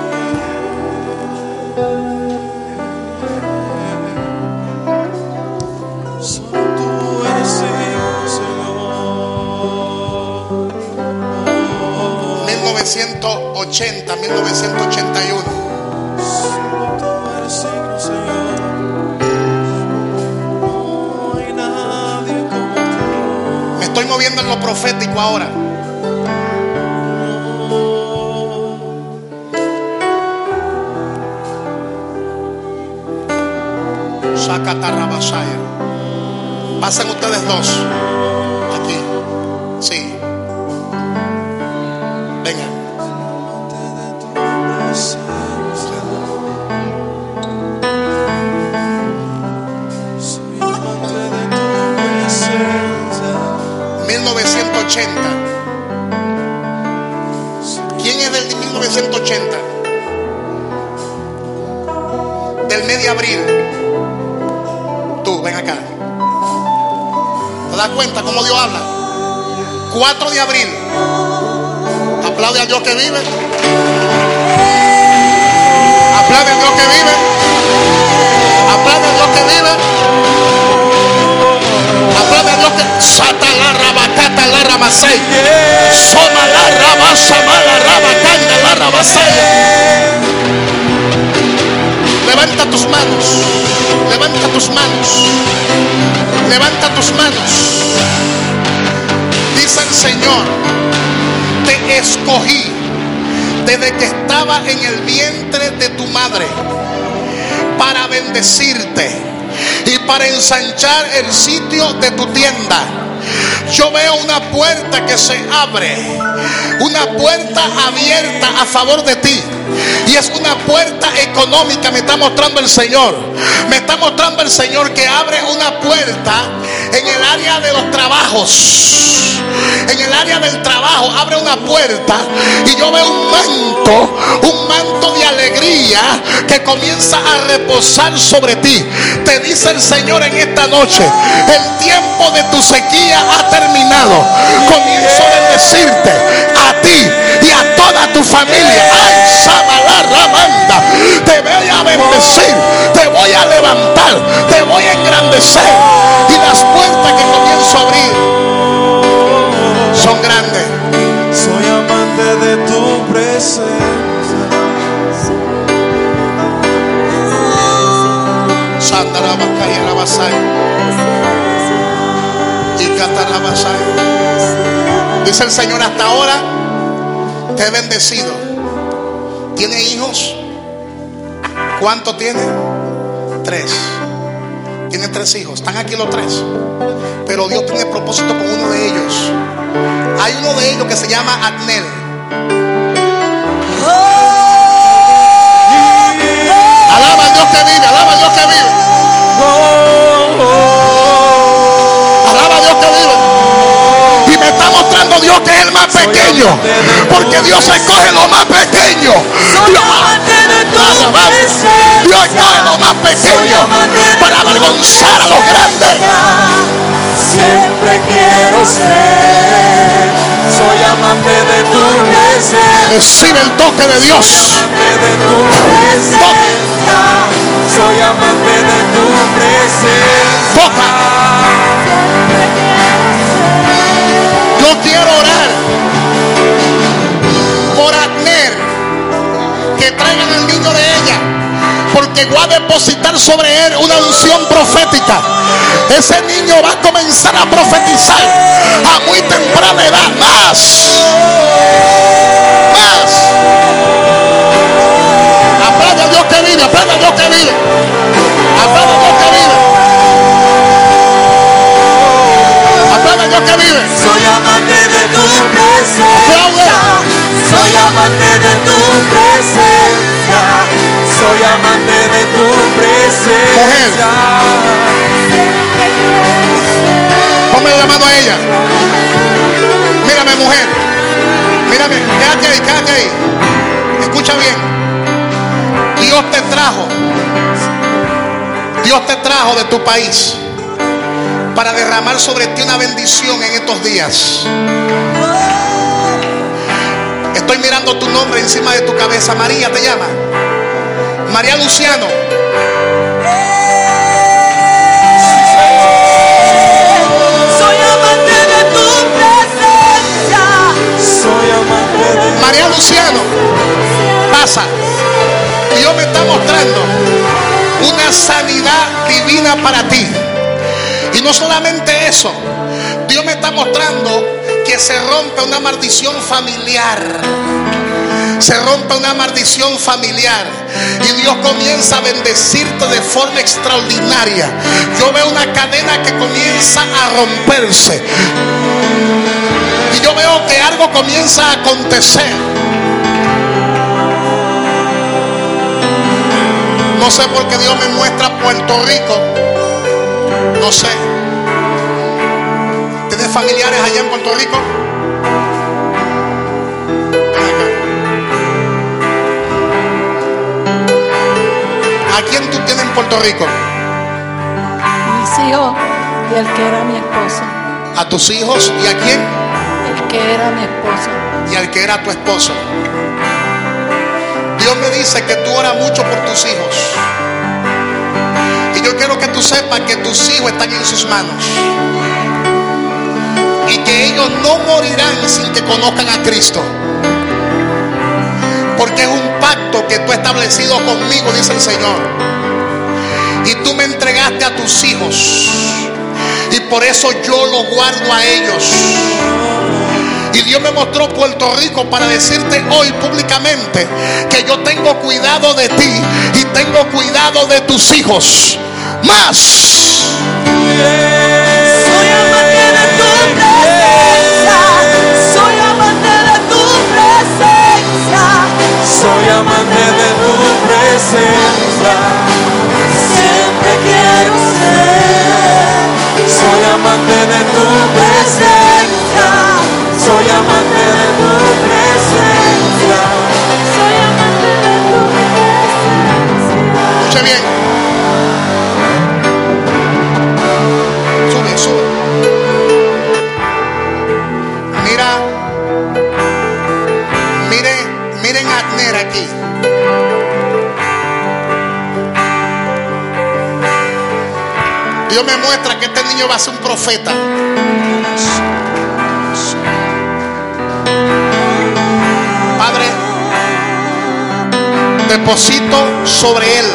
mil novecientos ochenta, mil novecientos ochenta y uno. Me estoy moviendo en lo profético ahora. Sacatarrabashaya. Pasen ustedes dos. Aquí. Sí. Venga. mil novecientos ochenta. ¿Quién es del mil novecientos ochenta? Del mes de abril. Tú, ven acá. ¿Te das cuenta cómo Dios habla? cuatro de abril. Aplaude a Dios que vive. Aplaude a Dios que vive. Aplaude a Dios que vive. tus manos. Levanta tus manos. Levanta tus manos. Dice el Señor: te escogí desde que estaba en el vientre de tu madre para bendecirte y para ensanchar el sitio de tu tienda. Yo veo una puerta que se abre, una puerta abierta a favor de ti. Y es una puerta económica, me está mostrando el Señor. Me está mostrando el Señor que abre una puerta en el área de los trabajos. En el área del trabajo abre una puerta y yo veo un manto, un manto de alegría que comienza a reposar sobre ti. Te dice el Señor en esta noche: el tiempo de tu sequía ha terminado. Comienzo a bendecirte a ti y a toda tu familia. Ay, Samala Ramanda, te voy a bendecir, te voy a levantar, te voy a engrandecer. Y las puertas que comienzo a abrir son grandes. Soy amante de tu presencia. Sandra Bacaya la Basay y Catara Basay. Dice el Señor: hasta ahora te he bendecido. ¿Tiene hijos? ¿Cuánto tiene? Tres. Tiene tres hijos. Están aquí los tres. Pero Dios tiene propósito con uno de ellos. Hay uno de ellos que se llama Adnel. Alaba al Dios que vive, alaba al Dios que vive. Alaba a Dios que vive. Y me está mostrando Dios que es el más pequeño, porque Dios escoge lo más pequeño. Dios, Dios escoge lo más pequeño para avergonzar a los grandes. Siempre quiero ser. Soy amante de tu presencia. Recibe el toque de Dios. Soy amante de tu presencia. Soy amante de tu presencia. Toca. Yo quiero orar por Adner, que traigan al niño de ella, porque voy a depositar sobre él una unción profética. Ese niño va a comenzar a profetizar a muy temprana edad. Más, más. Aplauda a Dios que vive, aplauda a Dios que vive, aplauda a Dios que vive, aplauda a Dios que vive. Soy amante de tu presencia. Soy amante de tu presencia. Soy amante de tu presencia. Ponme la mano a ella. Mírame, mujer. Mírame, quédate ahí, quédate ahí. Escucha bien. Dios te trajo. Dios te trajo de tu país para derramar sobre ti una bendición en estos días. Estoy mirando tu nombre encima de tu cabeza. María te llama. María Luciano. Soy amante de tu presencia. Soy amante de María Luciano, pasa. Dios me está mostrando una sanidad divina para ti. Y no solamente eso, Dios me está mostrando que se rompe una maldición familiar. Se rompe una maldición familiar y Dios comienza a bendecirte de forma extraordinaria. Yo veo una cadena que comienza a romperse y yo veo que algo comienza a acontecer. No sé por qué Dios me muestra Puerto Rico. No sé. ¿Tienes familiares allá en Puerto Rico? ¿A quién tú tienes en Puerto Rico? Mis hijos y el que era mi esposo. ¿A tus hijos y a quién? El que era mi esposo. Y al que era tu esposo. Dios me dice que tú oras mucho por tus hijos. Y yo quiero que tú sepas que tus hijos están en sus manos. Y que ellos no morirán sin que conozcan a Cristo. Porque es un pacto que tú has establecido conmigo, dice el Señor. entregaste a tus hijos. Y por eso yo los guardo a ellos. Y Dios me mostró Puerto Rico para decirte hoy públicamente que yo tengo cuidado de ti y tengo cuidado de tus hijos. Más. Soy amante de tu presencia. Soy amante de tu presencia. Soy amante de tu presencia. Siempre quiero ser. Soy amante de tu presencia. Soy amante de tu presencia. Soy amante de tu presencia. Escuche bien. Sube, sube. Mira. Mire, miren a Abner aquí. Dios me muestra que este niño va a ser un profeta. Padre, deposito sobre él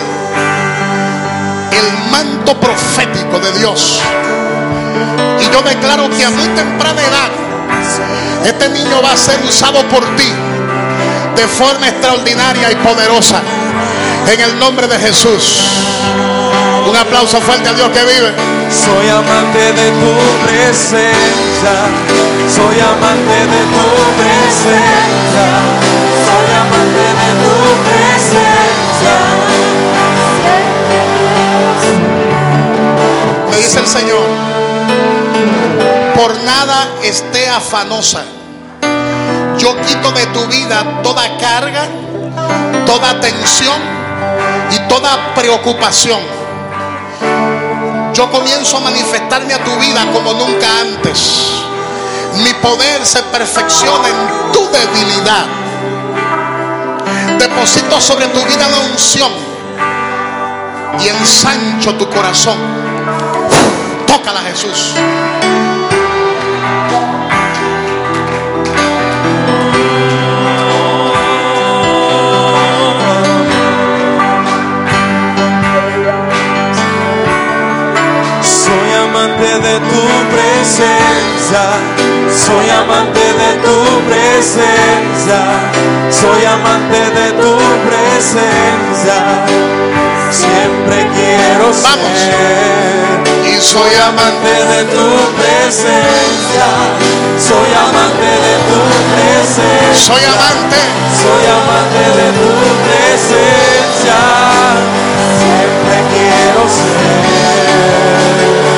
el manto profético de Dios. Y yo declaro que a muy temprana edad este niño va a ser usado por ti de forma extraordinaria y poderosa. En el nombre de Jesús. Un aplauso fuerte a Dios que vive. Soy amante de tu presencia. Soy amante de tu presencia. Soy amante de tu presencia. Me dice el Señor: por nada esté afanosa. Yo quito de tu vida toda carga, toda tensión y toda preocupación. Yo comienzo a manifestarme a tu vida como nunca antes. Mi poder se perfecciona en tu debilidad. Deposito sobre tu vida la unción y ensancho tu corazón. Tócala, Jesús. De tu presencia, soy amante de tu presencia, soy amante de tu presencia, siempre quiero ser. Vamos. Y soy amante de tu presencia, soy amante de tu presencia, soy amante, soy amante de tu presencia, siempre quiero ser.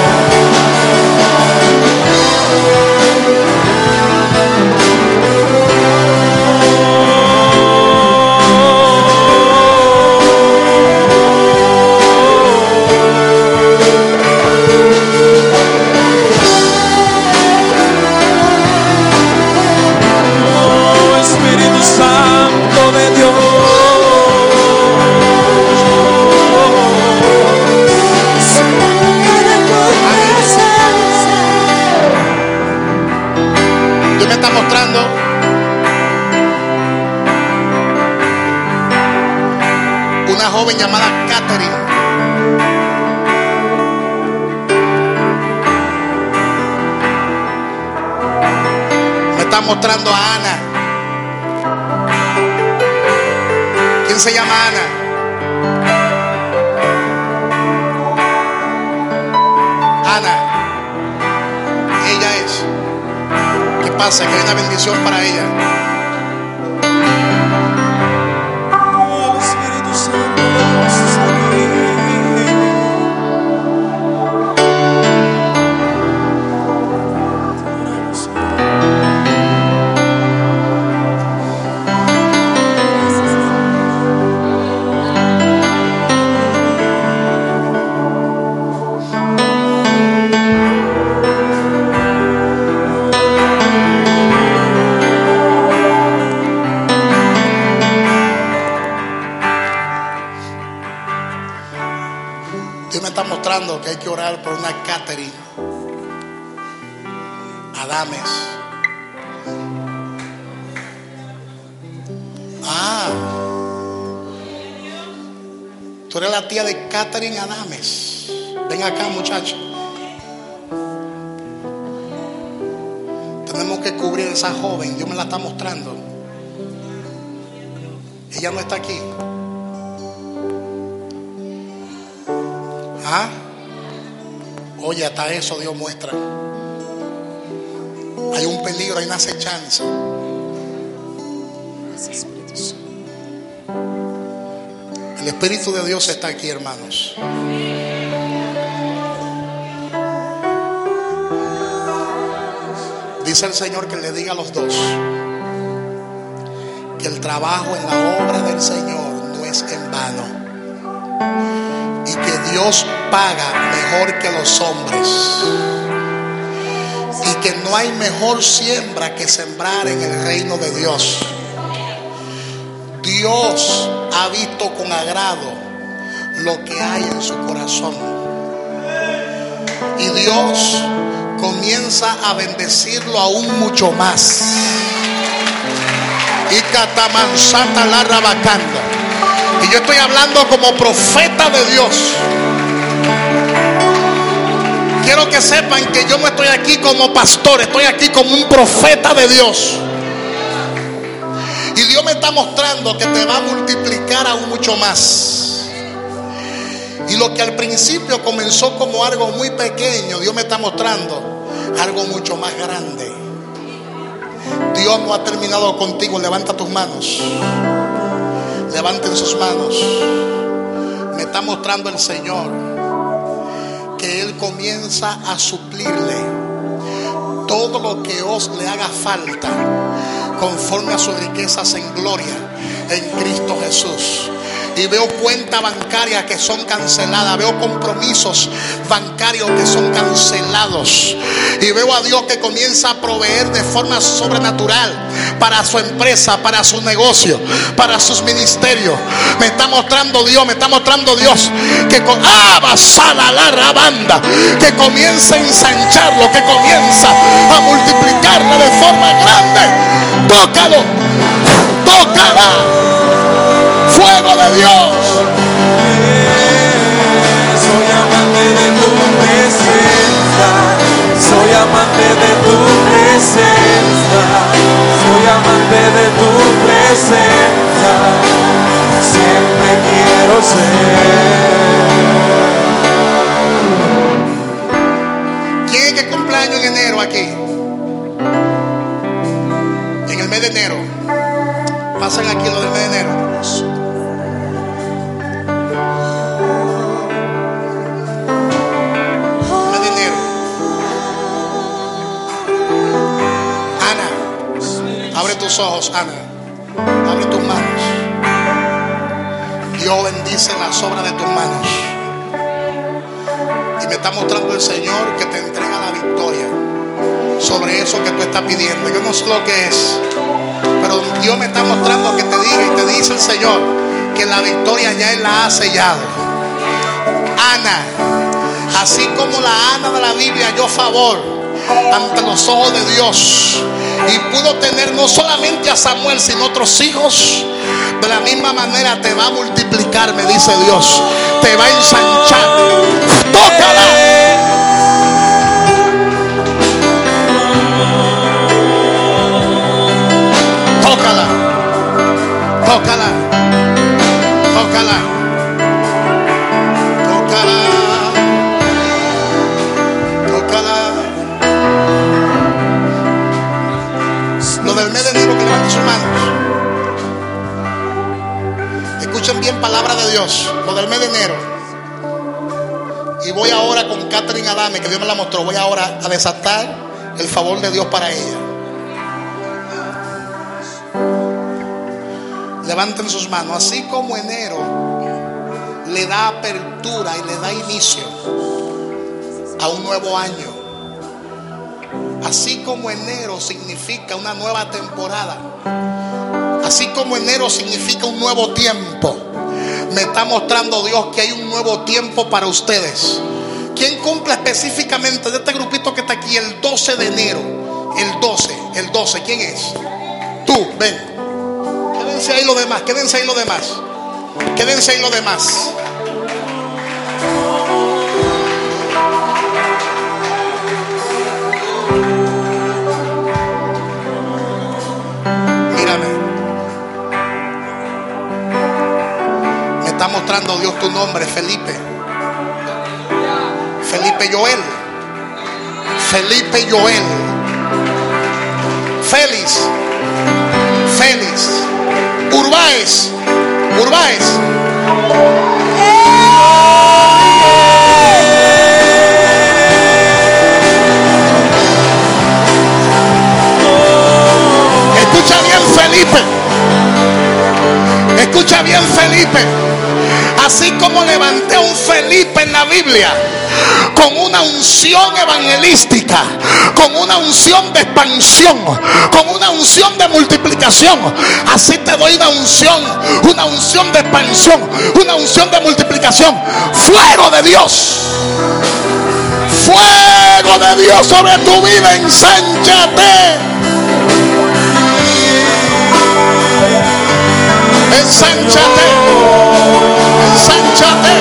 llamada Catherine. Me está mostrando a Ana. ¿Quién se llama Ana? Ana. Ella es. ¿Qué pasa? Que hay una bendición para ella. Que hay que orar por una Catherine Adames. Ah, tú eres la tía de Catherine Adames. Ven acá, muchacho. Tenemos que cubrir a esa joven. Dios me la está mostrando. Ella no está aquí. ¿Ah? Oye, hasta eso Dios muestra. Hay un peligro, hay una acechanza. El Espíritu de Dios está aquí, hermanos. Dice el Señor que le diga a los dos que el trabajo en la obra del Señor no es en vano, y que Dios paga mejor que los hombres, y que no hay mejor siembra que sembrar en el reino de Dios. Dios ha visto con agrado lo que hay en su corazón, y Dios comienza a bendecirlo aún mucho más. Y catamansata la rabacanda. Y yo estoy hablando como profeta de Dios. Quiero que sepan que yo no estoy aquí como pastor, estoy aquí como un profeta de Dios. Y Dios me está mostrando que te va a multiplicar aún mucho más. Y lo que al principio comenzó como algo muy pequeño, Dios me está mostrando algo mucho más grande. Dios no ha terminado contigo. Levanta tus manos. Levanten sus manos. Me está mostrando el Señor que Él comienza a suplirle todo lo que os le haga falta conforme a sus riquezas en gloria en Cristo Jesús. Y veo cuentas bancarias que son canceladas. Veo compromisos bancarios que son cancelados. Y veo a Dios que comienza a proveer de forma sobrenatural para su empresa, para su negocio, para sus ministerios. Me está mostrando Dios, me está mostrando Dios que con ¡ah, basala la rabanda! Que comienza a ensancharlo, que comienza a multiplicarlo de forma grande. Tócalo, tócala. Fuego de Dios. Soy amante de tu presencia. Soy amante de tu presencia. Soy amante de tu presencia. Siempre quiero ser. ¿Quién es que cumple años en enero aquí? En el mes de enero. Pasan aquí lo del mes de enero. Abre tus ojos, Ana. Abre tus manos. Dios bendice las obras de tus manos. Y me está mostrando el Señor que te entrega la victoria sobre eso que tú estás pidiendo. Yo no sé lo que es, pero Dios me está mostrando que te diga y te dice el Señor que la victoria ya Él la ha sellado. Ana, así como la Ana de la Biblia halló favor ante los ojos de Dios y pudo tener no solamente a Samuel sino otros hijos, de la misma manera te va a multiplicar, me dice Dios, te va a ensanchar. ¡Tócala! Tócala, tócala, tócala, tócala, tócala. Lo del mes de enero, que levanten sus manos. Escuchen bien palabra de Dios. Lo del mes de enero. Y voy ahora con Catherine Adame, que Dios me la mostró. Voy ahora a desatar el favor de Dios para ella. Levanten sus manos. Así como enero le da apertura y le da inicio a un nuevo año, así como enero significa una nueva temporada, así como enero significa un nuevo tiempo, me está mostrando Dios que hay un nuevo tiempo para ustedes. ¿Quién cumple específicamente de este grupito que está aquí el doce de enero? El doce, el doce, ¿quién es? Tú, ven. Quédense ahí los demás, quédense ahí los demás. Quédense ahí los demás. dando Dios tu nombre, Felipe. Felipe Joel. Felipe Joel. Félix. Félix. Urbáez. Urbáez. Escucha bien, Felipe. Escucha bien, Felipe. Así como levanté a un Felipe en la Biblia con una unción evangelística, con una unción de expansión, con una unción de multiplicación, así te doy una unción, una unción de expansión, una unción de multiplicación. Fuego de Dios, fuego de Dios sobre tu vida. Ensánchate, ensánchate, ensánchate.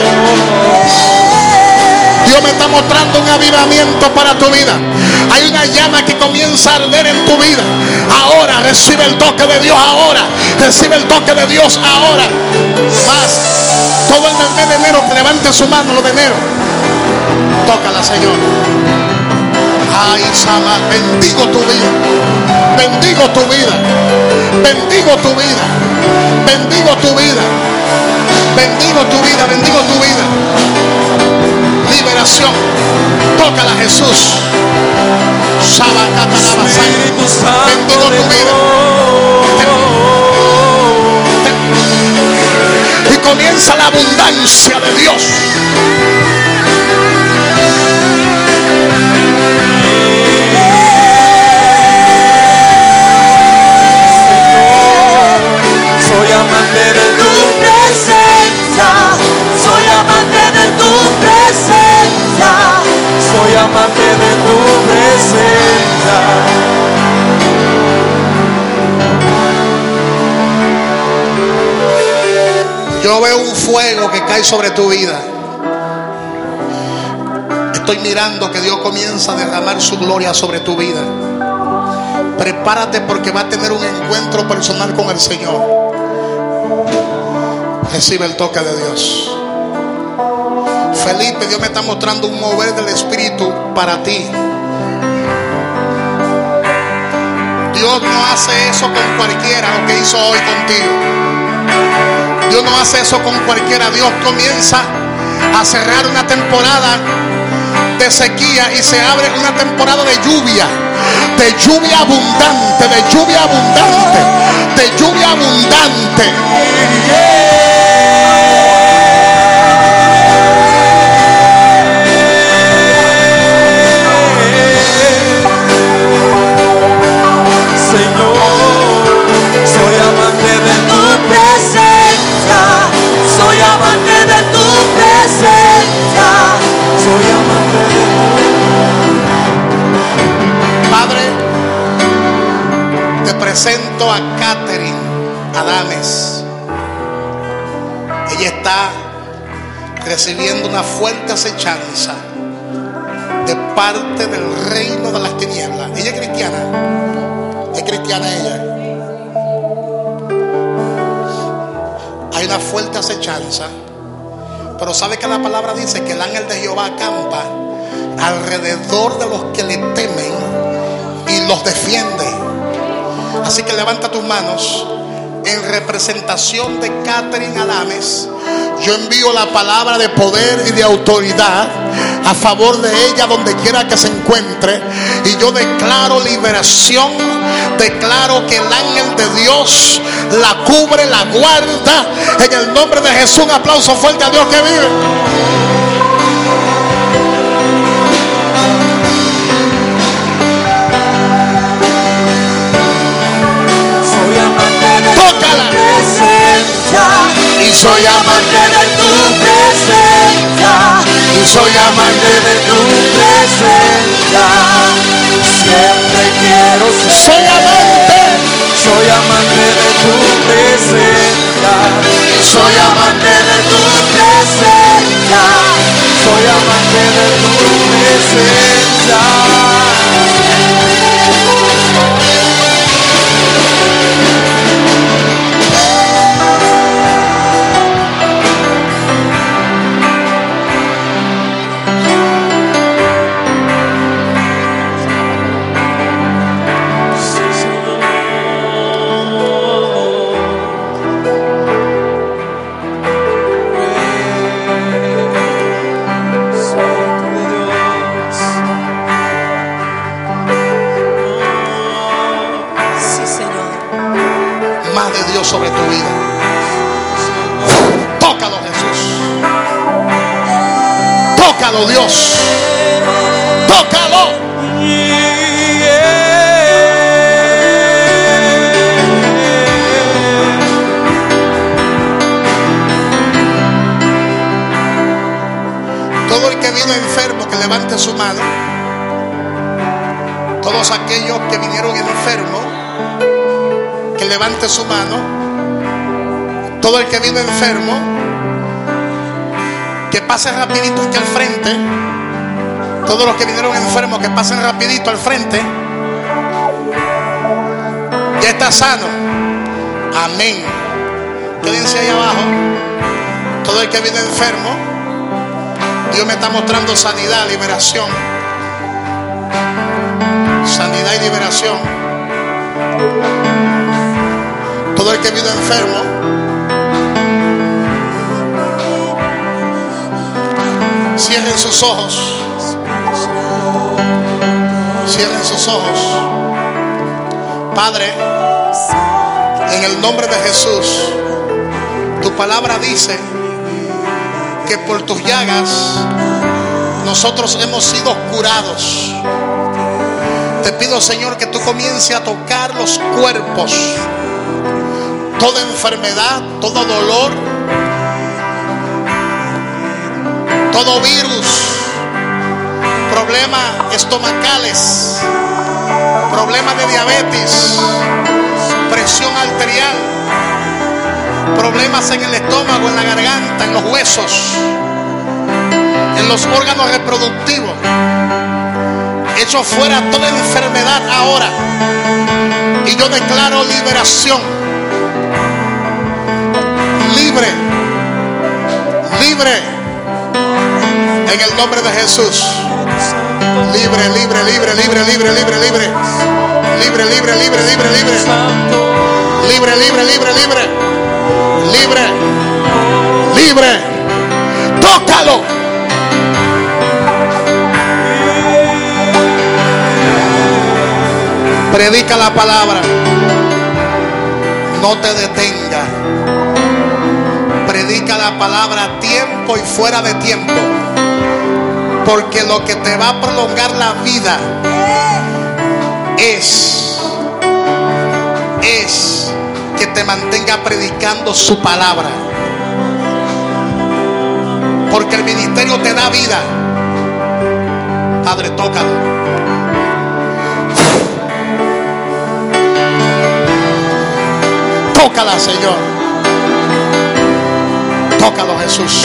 Dios me está mostrando un avivamiento para tu vida. Hay una llama que comienza a arder en tu vida. Ahora recibe el toque de Dios. Ahora recibe el toque de Dios. Ahora más. Todo el mes de enero que levante su mano, lo de enero. Tócala, Señor. Ay, Sama, bendigo tu vida. Bendigo tu vida. Bendigo tu vida. Bendigo tu vida. Bendigo tu vida. Bendigo tu vida. Liberación. Tócala, Jesús. Bendigo tu vida. Y comienza la abundancia de Dios. Soy amante de tu presencia, soy amante de tu presencia, soy amante de tu presencia. Yo veo un fuego que cae sobre tu vida. Estoy mirando que Dios comienza a derramar su gloria sobre tu vida. Prepárate porque va a tener un encuentro personal con el Señor. Recibe el toque de Dios. Felipe, Dios me está mostrando un mover del Espíritu para ti. Dios no hace eso con cualquiera, lo que hizo hoy contigo. Dios no hace eso con cualquiera. Dios comienza a cerrar una temporada de sequía y se abre una temporada de lluvia. De lluvia abundante, de lluvia abundante, de lluvia abundante. Señor, soy amante de tu presencia, soy amante de tu presencia, soy amante de tu. Padre, te presento a Catherine Adames. Ella está recibiendo una fuerte acechanza de parte del reino de las tinieblas. Ella es cristiana. Es cristiana ella. Hay una fuerte acechanza. Pero sabe que la palabra dice que el ángel de Jehová acampa alrededor de los que le temen y los defiende. Así que levanta tus manos. En representación de Catherine Adames, yo envío la palabra de poder y de autoridad a favor de ella donde quiera que se encuentre. Y yo declaro liberación. Declaro que el ángel de Dios la cubre, la guarda. En el nombre de Jesús, un aplauso fuerte a Dios que vive. Tócala. Y soy amante de tu presencia, y soy amante de tu presencia. Siempre quiero ser. Soy amante. Soy amante de tu presencia, Soy amante de tu presencia, soy amante de tu presencia. Tócalo, Dios. Tócalo. Todo el que vino enfermo, que levante su mano. Todos aquellos que vinieron enfermos, que levante su mano. Todo el que vino enfermo, que pasen rapidito aquí al frente. Todos los que vinieron enfermos, que pasen rapidito al frente. Ya está sano. Amén. Quédense ahí abajo. Todo el que viene enfermo, Dios me está mostrando sanidad, liberación. Sanidad y liberación. Todo el que viene enfermo, cierren sus ojos. Cierren sus ojos. Padre, en el nombre de Jesús, tu palabra dice que por tus llagas nosotros hemos sido curados. Te pido, Señor, que tú comiences a tocar los cuerpos. Toda enfermedad, todo dolor, todo virus, problemas estomacales, problemas de diabetes, presión arterial, problemas en el estómago, en la garganta, en los huesos, en los órganos reproductivos. Echo fuera toda enfermedad ahora y yo declaro liberación. Libre, libre, en el nombre de Jesús. Libre, libre, libre, libre, libre, libre, libre. Libre, libre, libre, libre, libre. Libre, libre, libre, libre. Libre, libre. Tócalo. Predica la palabra. No te detenga. Predica la palabra a tiempo y fuera de tiempo. Porque lo que te va a prolongar la vida es, es que te mantenga predicando su palabra. Porque el ministerio te da vida. Padre, tócalo. Tócala, Señor. Tócalo, Jesús.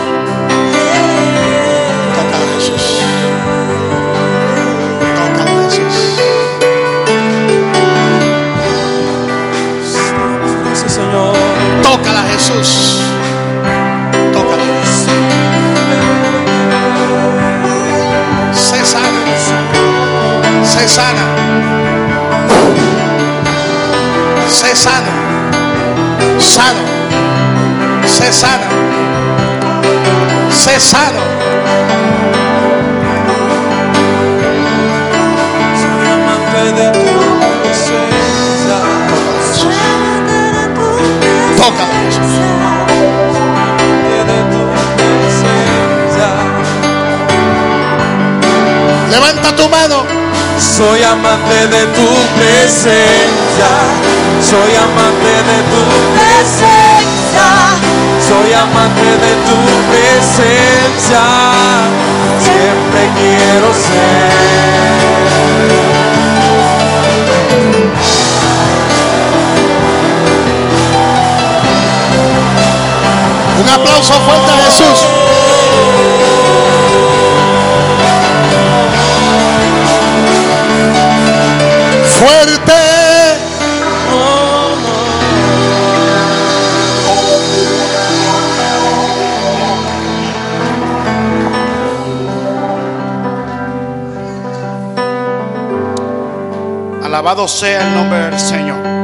Tócalo, Jesús. Tócalo, Jesús. Sí, Señor. Tócala, Jesús. Tócala. Sé sana. Sé sana. Sé sana. Sano. Sé sana. Sé sano. Soy amante de tu presencia. Tócalo, Jesús. De tu presencia. Levanta tu mano. Soy amante de tu presencia. Soy amante de tu presencia. Soy amante de tu presencia. Siempre quiero ser. Un aplauso fuerte a Jesús. Fuerte. Alabado sea el nombre del Señor.